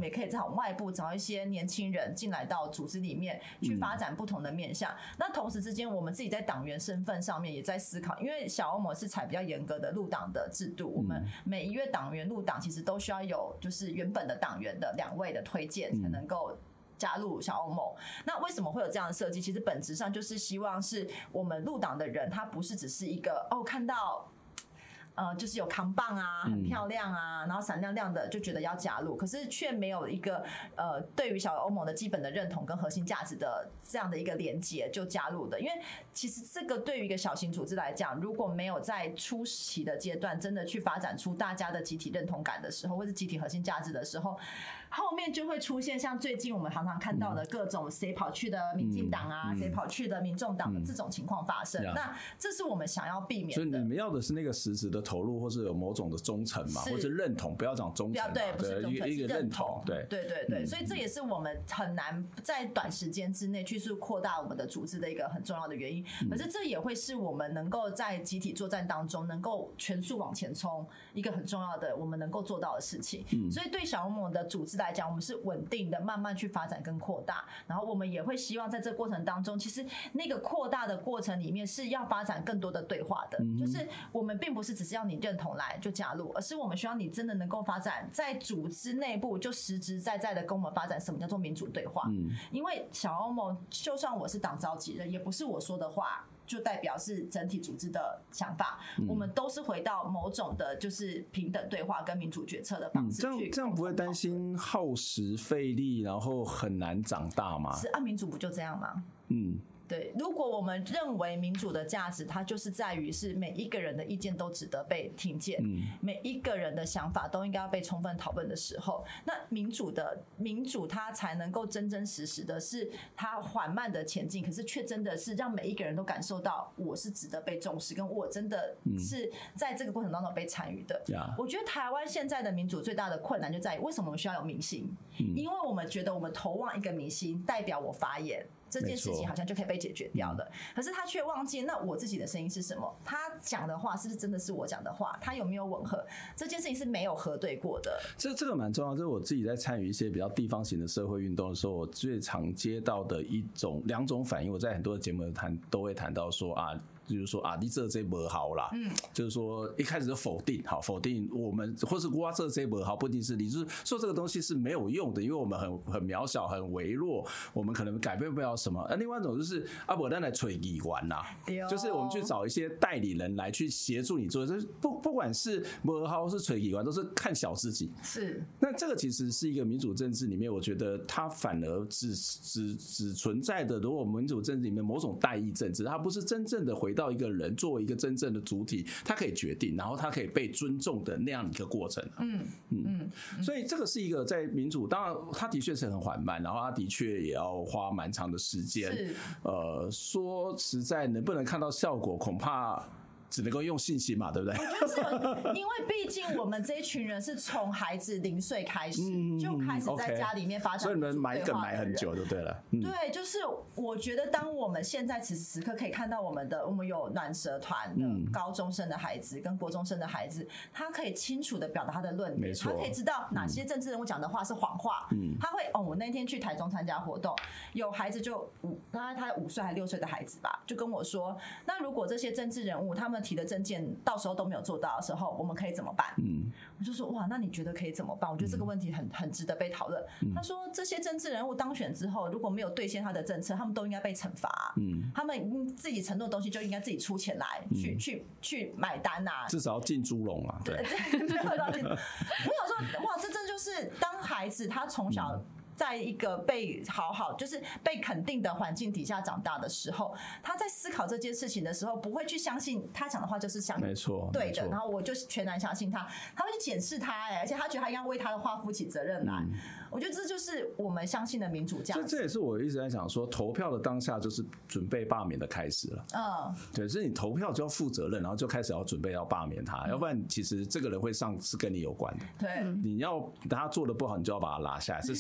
们也可以从外部找一些年轻人进来到组织里面去发展不同的面向。那同时之间，我们自己在党员身份上面也在思考，因为小欧盟是采比较严格的入党的制度，我们每一位党员入党其实都需要有就是原本的党员的2位的推荐才能够加入小欧盟。那为什么会有这样的设计？其实本质上就是希望是我们入党的人，他不是只是一个看到就是有扛棒啊，很漂亮啊，然后闪亮亮的就觉得要加入，可是却没有一个对于小欧盟的基本的认同跟核心价值的这样的一个连结就加入的。因为其实这个对于一个小型组织来讲，如果没有在初期的阶段真的去发展出大家的集体认同感的时候，或是集体核心价值的时候，后面就会出现像最近我们常常看到的各种谁跑去的民进党啊，谁跑去的民众党的这种情况发生。那这是我们想要避免的。 所以你们要的是那个实质的投入，或是有某种的忠诚嘛，或是认同，不要讲忠诚， 对，不是忠诚， 一个认同， 对，所以这也是我们很难在短时间之内去扩大我们的组织的一个很重要的原因。可是这也会是我们能够在集体作战当中能够全速往前冲一个很重要的我们能够做到的事情。所以对小欧盟的组织来讲，我们是稳定的慢慢去发展跟扩大，然后我们也会希望在这过程当中，其实那个扩大的过程里面是要发展更多的对话的，就是我们并不是只是要你认同来就加入，而是我们希望你真的能够发展在组织内部就实实在在的跟我们发展什么叫做民主对话。因为小欧盟就算我是党召集人，也不是我说的话就代表是整体组织的想法，我们都是回到某种的就是平等对话跟民主决策的方式去。 这样不会担心耗时费力，然后很难长大吗？ 是民主不就这样吗？对，如果我们认为民主的价值，它就是在于是每一个人的意见都值得被听见，每一个人的想法都应该要被充分讨论的时候，那民主它才能够真真实实的是它缓慢的前进，可是却真的是让每一个人都感受到我是值得被重视，跟我真的是在这个过程当中被参与的。我觉得台湾现在的民主最大的困难就在于为什么我们需要有明星，因为我们觉得我们投望一个明星代表我发言，这件事情好像就可以被解决掉了，可是他却忘记那我自己的声音是什么，他讲的话是不是真的是我讲的话，他有没有吻合，这件事情是没有核对过的。 这个蛮重要，这是我自己在参与一些比较地方型的社会运动的时候，我最常接到的两种反应，我在很多的节目都会谈到说就是说你这不好啦，就是说一开始就否定我们，或是我这不好，不一定是你就是说这个东西是没有用的，因为我们很渺小很微弱，我们可能改变不了什么。另外一种就是我们来吹议员啦，就是我们去找一些代理人来去协助你做，就是不管是不好是吹议员，都是看小自己。 是， 那这个其实是一个民主政治里面，我觉得它反而只存在的，如果民主政治里面某种代议政治，它不是真正的回到一个人作为一个真正的主体，他可以决定，然后他可以被尊重的那样一个过程。所以这个是一个在民主，当然它的确是很缓慢，然后它的确也要花蛮长的时间。说实在，能不能看到效果，恐怕只能够用信心嘛，对不对？ 因为毕竟我们这一群人是从孩子0岁开始就开始在家里面发展， 所以你们埋梗埋很久就对了。 对，就是我觉得当我们现在此时此刻可以看到我们有暖舌团的高中生的孩子跟国中生的孩子，他可以清楚的表达他的论点，他可以知道哪些政治人物讲的话是谎话。他会我那天去台中参加活动，有孩子就大概他5岁还6岁的孩子吧，就跟我说，那如果这些政治人物他们提的政见到时候都没有做到的时候，我们可以怎么办？我就说哇，那你觉得可以怎么办？我觉得这个问题很值得被讨论。他说这些政治人物当选之后，如果没有兑现他的政策，他们都应该被惩罚。他们自己承诺的东西就应该自己出钱来去买单啊， 至少要进猪笼啊。对， 我想说哇，这就是当孩子他从小在一个被就是被肯定的环境底下长大的时候，他在思考这件事情的时候，不会去相信他讲的话就是没错对的，然后我就全然相信他会去检视他，而且他觉得他应该为他的话负起责任来。我觉得这就是我们相信的民主价值。 这也是我一直在讲说，投票的当下就是准备罢免的开始了。对，所以你投票就要负责任，然后就开始要准备要罢免他，要不然其实这个人会上是跟你有关的。 对， 你要他做的不好，你就要把他拉下来，这是你的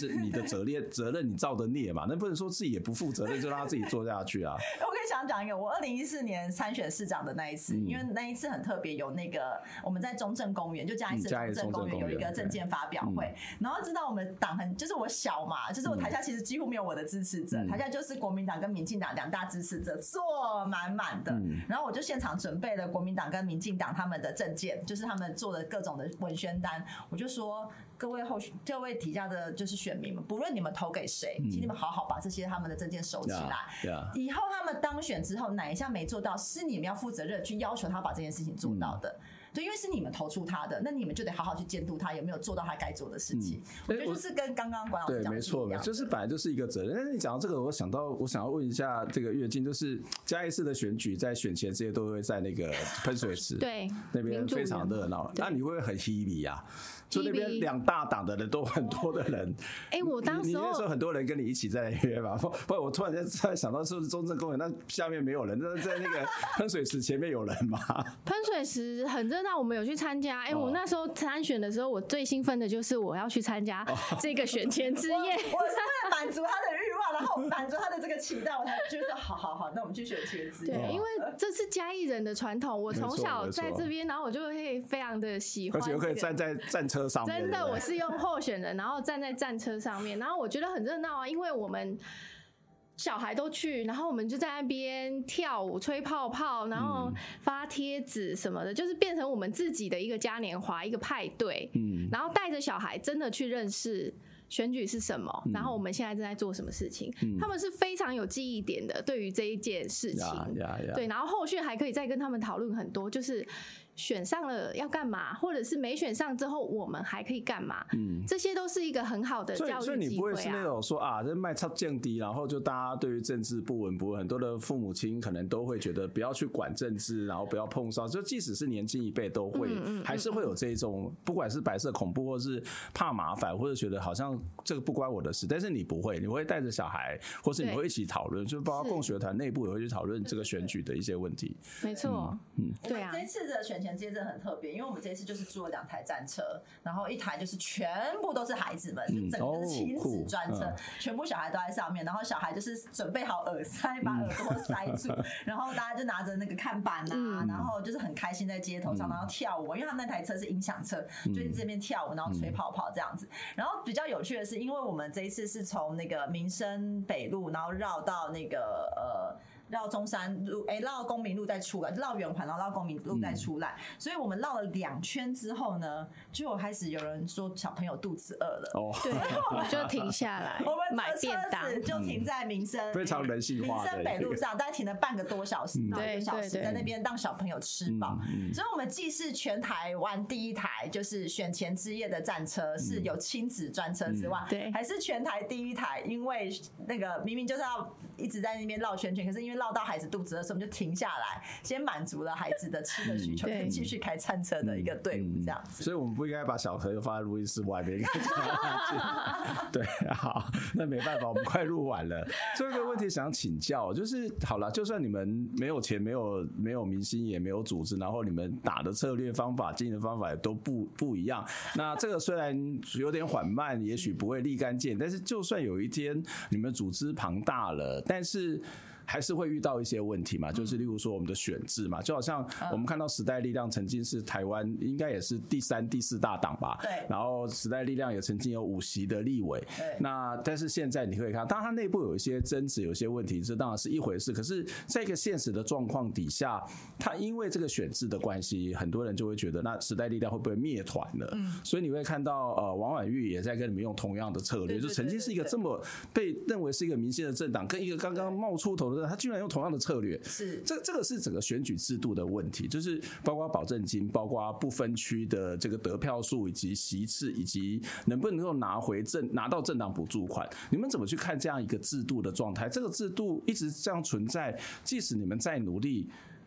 责任你照着念嘛，那不能说自己也不负责任就让他自己做下去啊。 我跟你想讲一个，我2014年参选市长的那一次，因为那一次很特别，有那个我们在中正公园，就嘉义市中正公园有一个政见发表会，然后知道我们党就是我小嘛，就是我台下其实几乎没有我的支持者，台下就是国民党跟民进党两大支持者坐满满的，然后我就现场准备了国民党跟民进党他们的政见，就是他们做的各种的文宣单，我就说各位底下的就是选民们，不论你们投给谁，请你们好好把这些他们的政见收起来。以后他们当选之后，哪一项没做到，是你们要负责任去要求他把这件事情做到的。对，因为是你们投出他的，那你们就得好好去监督他有没有做到他该做的事情。我觉得就是跟刚刚管老师讲的，对，没错， 就是本来就是一个责任。但是你讲到这个，我想要问一下这个月经，就是嘉义市的选举在选前这些都会在那个喷水池， 对， 那边非常热闹。那你会不会很稀奇啊？就那边两大党的人都很多的人。 我当时你那时候很多人跟你一起在约吧？不，我突然间想到是不是中正公园那下面没有人，但是在那个喷水池前面有人吗？ 喷水池很热闹，我们有去参加。我那时候参选的时候，我最兴奋的就是我要去参加这个选前之夜。 我是为了满足他的欲望，然后满足他的这个期待，我才觉得好，那我们去选前之夜。 对，因为这是嘉义人的传统，我从小在这边，然后我就会非常的喜欢， 而且又可以站在战车上面。 真的，我是用候选人，然后站在战车上面，然后我觉得很热闹啊，因为我们小孩都去，然后我们就在那边跳舞、吹泡泡，然后发贴纸什么的，就是变成我们自己的一个嘉年华、一个派对。然后带着小孩真的去认识选举是什么，然后我们现在正在做什么事情，他们是非常有记忆点的对于这一件事情。对，然后后续还可以再跟他们讨论很多，就是选上了要干嘛，或者是没选上之后我们还可以干嘛，这些都是一个很好的教育机会啊。 所以你不会是那种说这卖差降低，然后就大家对于政治不闻不问，很多的父母亲可能都会觉得不要去管政治，然后不要碰上，就即使是年轻一辈都会还是会有这种不管是白色恐怖或是怕麻烦，或者觉得好像这个不关我的事，但是你不会，你会带着小孩，或是你会一起讨论，就包括共学团内部也会去讨论这个选举的一些问题。 没错，对啊。 这一次的选前之夜真的很特别，因为我们这一次就是租了2台战车，然后一台就是全部都是孩子们，就整个是亲子专车，全部小孩都在上面，然后小孩就是准备好耳塞，把耳朵塞住，然后大家就拿着那个看板啊，然后就是很开心在街头上，然后跳舞，因为他那台车是音响车，就在这边跳舞，然后吹泡泡这样子。然后比较有趣的是，因为我们这一次是从那个民生北路，然后绕到那个绕中山路，绕公民路再出来，绕圆环，然后绕公民路再出来，所以我们绕了2圈之后呢，就开始有人说小朋友肚子饿了， 对，我们就停下来， 我们买便当， 就停在民生非常人性化的民生北路上，大概停了半个多小时到1个小时，在那边让小朋友吃饱。所以我们既是全台湾第一台就是选前之夜的战车，是有亲子专车之外，还是全台第一台，因为那个明明就是要一直在那边绕圈圈，可是因为绕到孩子肚子饿的时候，我们就停下来，先满足了孩子的吃的需求，继续开餐车的一个队伍这样子。 所以我们不应该把小朋友放在录音室外面。对，好，那没办法，我们快录完了。最后一个问题想请教，就是好了，就算你们没有钱、没有明星，也没有组织，然后你们打的策略方法、经营的方法也都不一样。那这个虽然有点缓慢，也许不会立竿见影，但是就算有一天你们组织庞大了，但是还是会遇到一些问题嘛，就是例如说我们的选制嘛，就好像我们看到时代力量曾经是台湾应该也是第3、第4大党吧， 对， 然后时代力量也曾经有5席的立委，那但是现在你可以看，当然它内部有一些争执，有一些问题，这当然是一回事，可是在一个现实的状况底下，它因为这个选制的关系，很多人就会觉得那时代力量会不会灭团了？所以你会看到王婉玉也在跟你们用同样的策略，就曾经是一个这么被认为是一个明星的政党，跟一个刚刚冒出头的他居然用同样的策略， 是这个是整个选举制度的问题，就是包括保证金，包括不分区的这个得票数，以及席次，以及能不能够拿到政党补助款，你们怎么去看这样一个制度的状态？这个制度一直这样存在，即使你们再努力，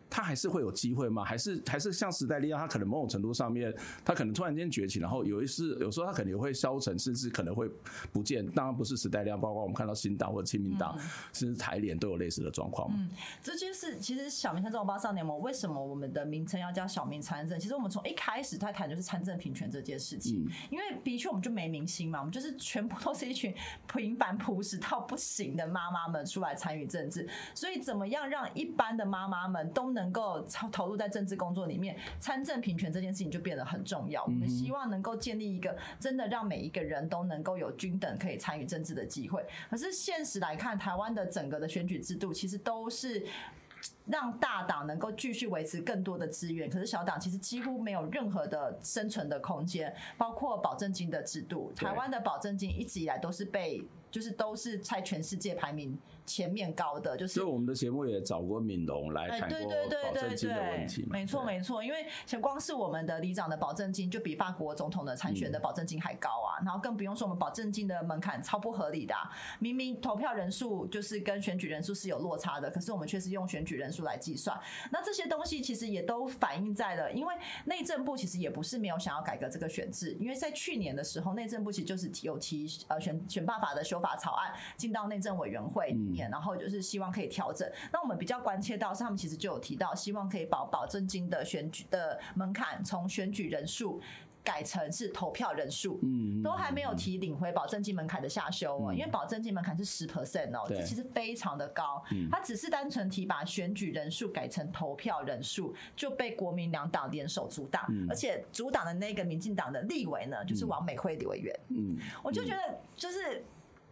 他还是会有机会吗？还是像时代力量，他可能某种程度上面，他可能突然间崛起，然后有时候他可能也会消沉，甚至可能会不见。当然不是时代力量，包括我们看到新党或者亲民党，甚至台联都有类似的状况。 这就是其实小民参政欧巴桑联盟为什么我们的名称要叫小民参政？其实我们从一开始在谈就是参政平权这件事情，因为的确我们就没明星嘛，我们就是全部都是一群平凡朴实到不行的妈妈们出来参与政治，所以怎么样让一般的妈妈们都能够投入在政治工作里面，参政平权这件事情就变得很重要。我们希望能够建立一个真的让每一个人都能够有均等可以参与政治的机会。可是现实来看，台湾的整个的选举制度其实都是让大党能够继续维持更多的资源，可是小党其实几乎没有任何的生存的空间，包括保证金的制度。台湾的保证金一直以来都是都是在全世界排名前面高的，就是所以我们的节目也找过敏龙来谈过保证金的问题。 没错，因为光是我们的里长的保证金就比法国总统的参选的保证金还高啊，然后更不用说我们保证金的门槛超不合理的明明投票人数就是跟选举人数是有落差的，可是我们却是用选举人数来计算。那这些东西其实也都反映在了，因为内政部其实也不是没有想要改革这个选制，因为在去年的时候，内政部其实就是有提选罢法的修法草案进到内政委员会里面，然后就是希望可以调整。那我们比较关切到是他们其实就有提到，希望可以把保证金的选举的门槛从选举人数改成是投票人数，都还没有提领回保证金门槛的下修哦，因为保证金门槛是10%哦，这其实非常的高。他只是单纯提把选举人数改成投票人数，就被国民两党联手阻挡，而且阻挡的那个民进党的立委呢，就是王美惠委员。我就觉得就是。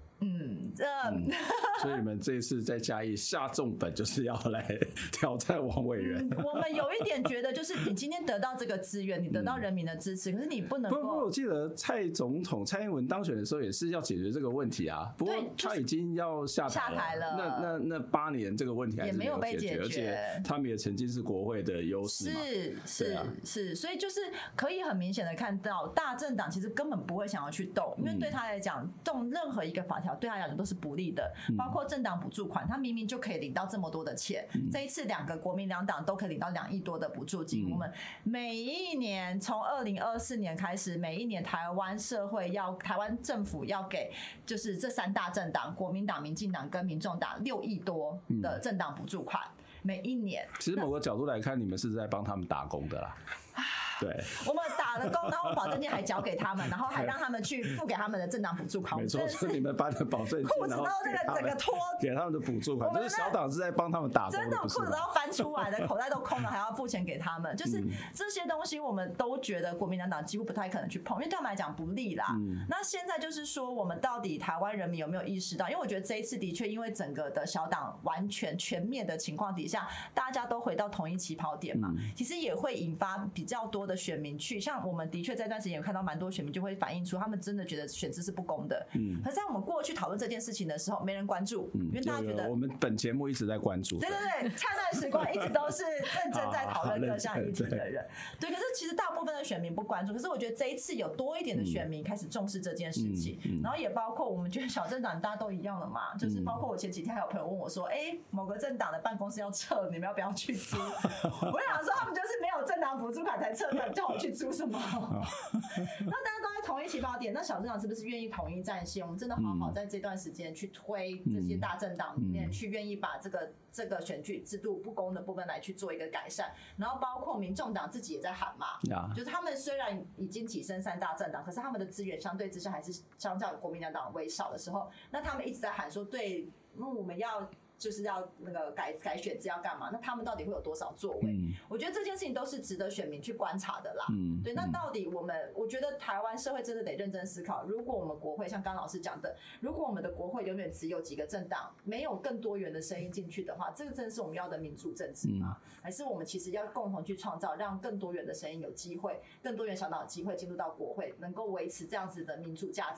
所以你们这一次在嘉义下重本就是要来挑战王委员。 我们有一点觉得，就是你今天得到这个资源，你得到人民的支持，可是你不能够。 不过我记得蔡英文当选的时候也是要解决这个问题啊。不过他已经要下台了。那8年这个问题还是没有被解决，而且他们也曾经是国会的优势嘛。 是，所以就是可以很明显的看到，大政党其实根本不会想要去动，因为对他来讲，动任何一个法条对他来讲都是不利的，包括政党补助款，他明明就可以领到这么多的钱，这一次2个国民两党都可以领到2亿多的补助金。我们每一年从2024年开始，每一年台湾政府要给就是这3大政党国民党、民进党跟民众党6亿多的政党补助款，每一年。 其实某个角度来看，你们是在帮他们打工的啦。对， 我们打了工，然后保证金还交给他们，然后还让他们去付给他们的政党补助款。 没错，是你们把保证金裤子都整个脱， 给他们的补助款，就是小党是在帮他们打工的， 真的裤子都要翻出来的，口袋都空了，还要付钱给他们。就是这些东西，我们都觉得国民两党几乎不太可能去碰，因为对他们来讲不利啦。那现在就是说，我们到底台湾人民有没有意识到？因为我觉得这一次的确，因为整个的小党完全全面的情况底下，大家都回到同一起跑点嘛，其实也会引发比较多的选民去，像我们的确在这段时间有看到蛮多选民就会反映出他们真的觉得选制是不公的。可是在我们过去讨论这件事情的时候，没人关注，因为大家觉得我们本节目一直在关注。 对，灿烂时光一直都是认真在讨论各项议题的人。对，可是其实大部分的选民不关注，可是我觉得这一次有多一点的选民开始重视这件事情，然后也包括我们觉得小政党大家都一样了嘛，就是包括我前几天还有朋友问我说，某个政党的办公室要撤，你们要不要去租？我想说他们就是没有政党补助款才撤的，叫我去租什么？那大家都在同一起跑点，那小政党是不是愿意统一战线？我们真的好好在这段时间去推这些大政党里面，去愿意把这个选举制度不公的部分来去做一个改善，然后包括民众党自己也在喊嘛，就是他们虽然已经起身3大政党，可是他们的资源相对之下还是相较国民两党为少的时候，那他们一直在喊说，对，我们要。就是要那个改选制要干嘛？那他们到底会有多少作为？我觉得这件事情都是值得选民去观察的啦。对，那到底我觉得台湾社会真的得认真思考，如果我们国会像刚老师讲的，如果我们的国会永远只有几个政党，没有更多元的声音进去的话，这个真的是我们要的民主政治吗？还是我们其实要共同去创造，让更多元的声音有机会，更多元小党有机会进入到国会，能够维持这样子的民主价值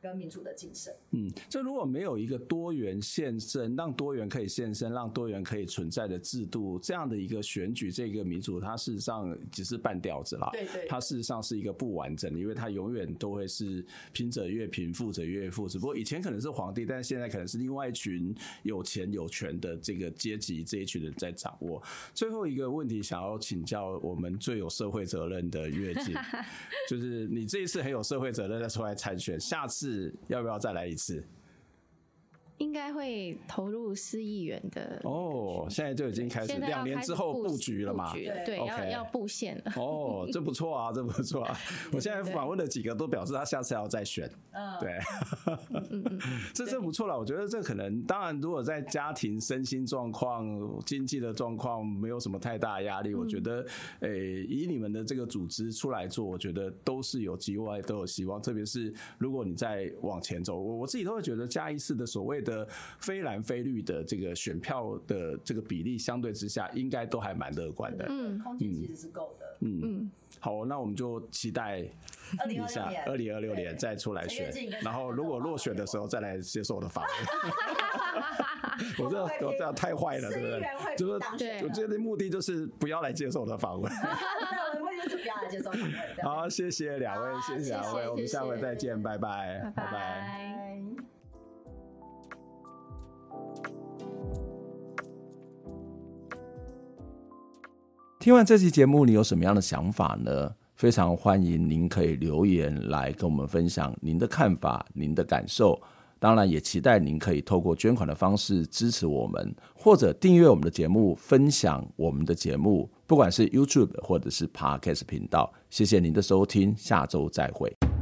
跟民主的精神。 这如果没有一个多元现身，让多元可以现身，让多元可以存在的制度，这样的一个选举，这个民主它事实上只是半吊子啦。 对对， 它事实上是一个不完整的，因为它永远都会是贫者越贫，富者越富。只不过以前可能是皇帝，但是现在可能是另外一群有钱有权的这个阶级，这一群人在掌握。最后一个问题想要请教我们最有社会责任的月静，就是你这一次很有社会责任再出来参选，下次要不要再来一次？ 应该会投入4亿元的现在就已经开始2年之后布局了嘛？ 对， okay 要布线了。 这不错啊，这不错啊！我现在访问了几个都表示他下次要再选。对，这不错了。我觉得这可能，当然如果在家庭、身心状况、经济的状况没有什么太大的压力，我觉得，以你们的这个组织出来做，我觉得都是有机会，都有希望。特别是如果你再往前走，我自己都会觉得嘉义市的所谓的非蓝非绿的这个选票的这个比例，相对之下应该都还蛮乐观的。 空间其实是够的。 好，那我们就期待2026年再出来选，然后如果落选的时候再来接受我的访问。我这样太坏了，对不对？就是我觉得目的就是不要来接受我的访问。 我的目的就是不要来接受访问。 好，谢谢两位，谢谢两位，我们下回再见，拜拜， 拜拜。 听完这期节目，你有什么样的想法呢？非常欢迎您可以留言来跟我们分享您的看法、您的感受。当然也期待您可以透过捐款的方式支持我们，或者订阅我们的节目，分享我们的节目，不管是 YouTube 或者是 Podcast 频道。谢谢您的收听，下周再会。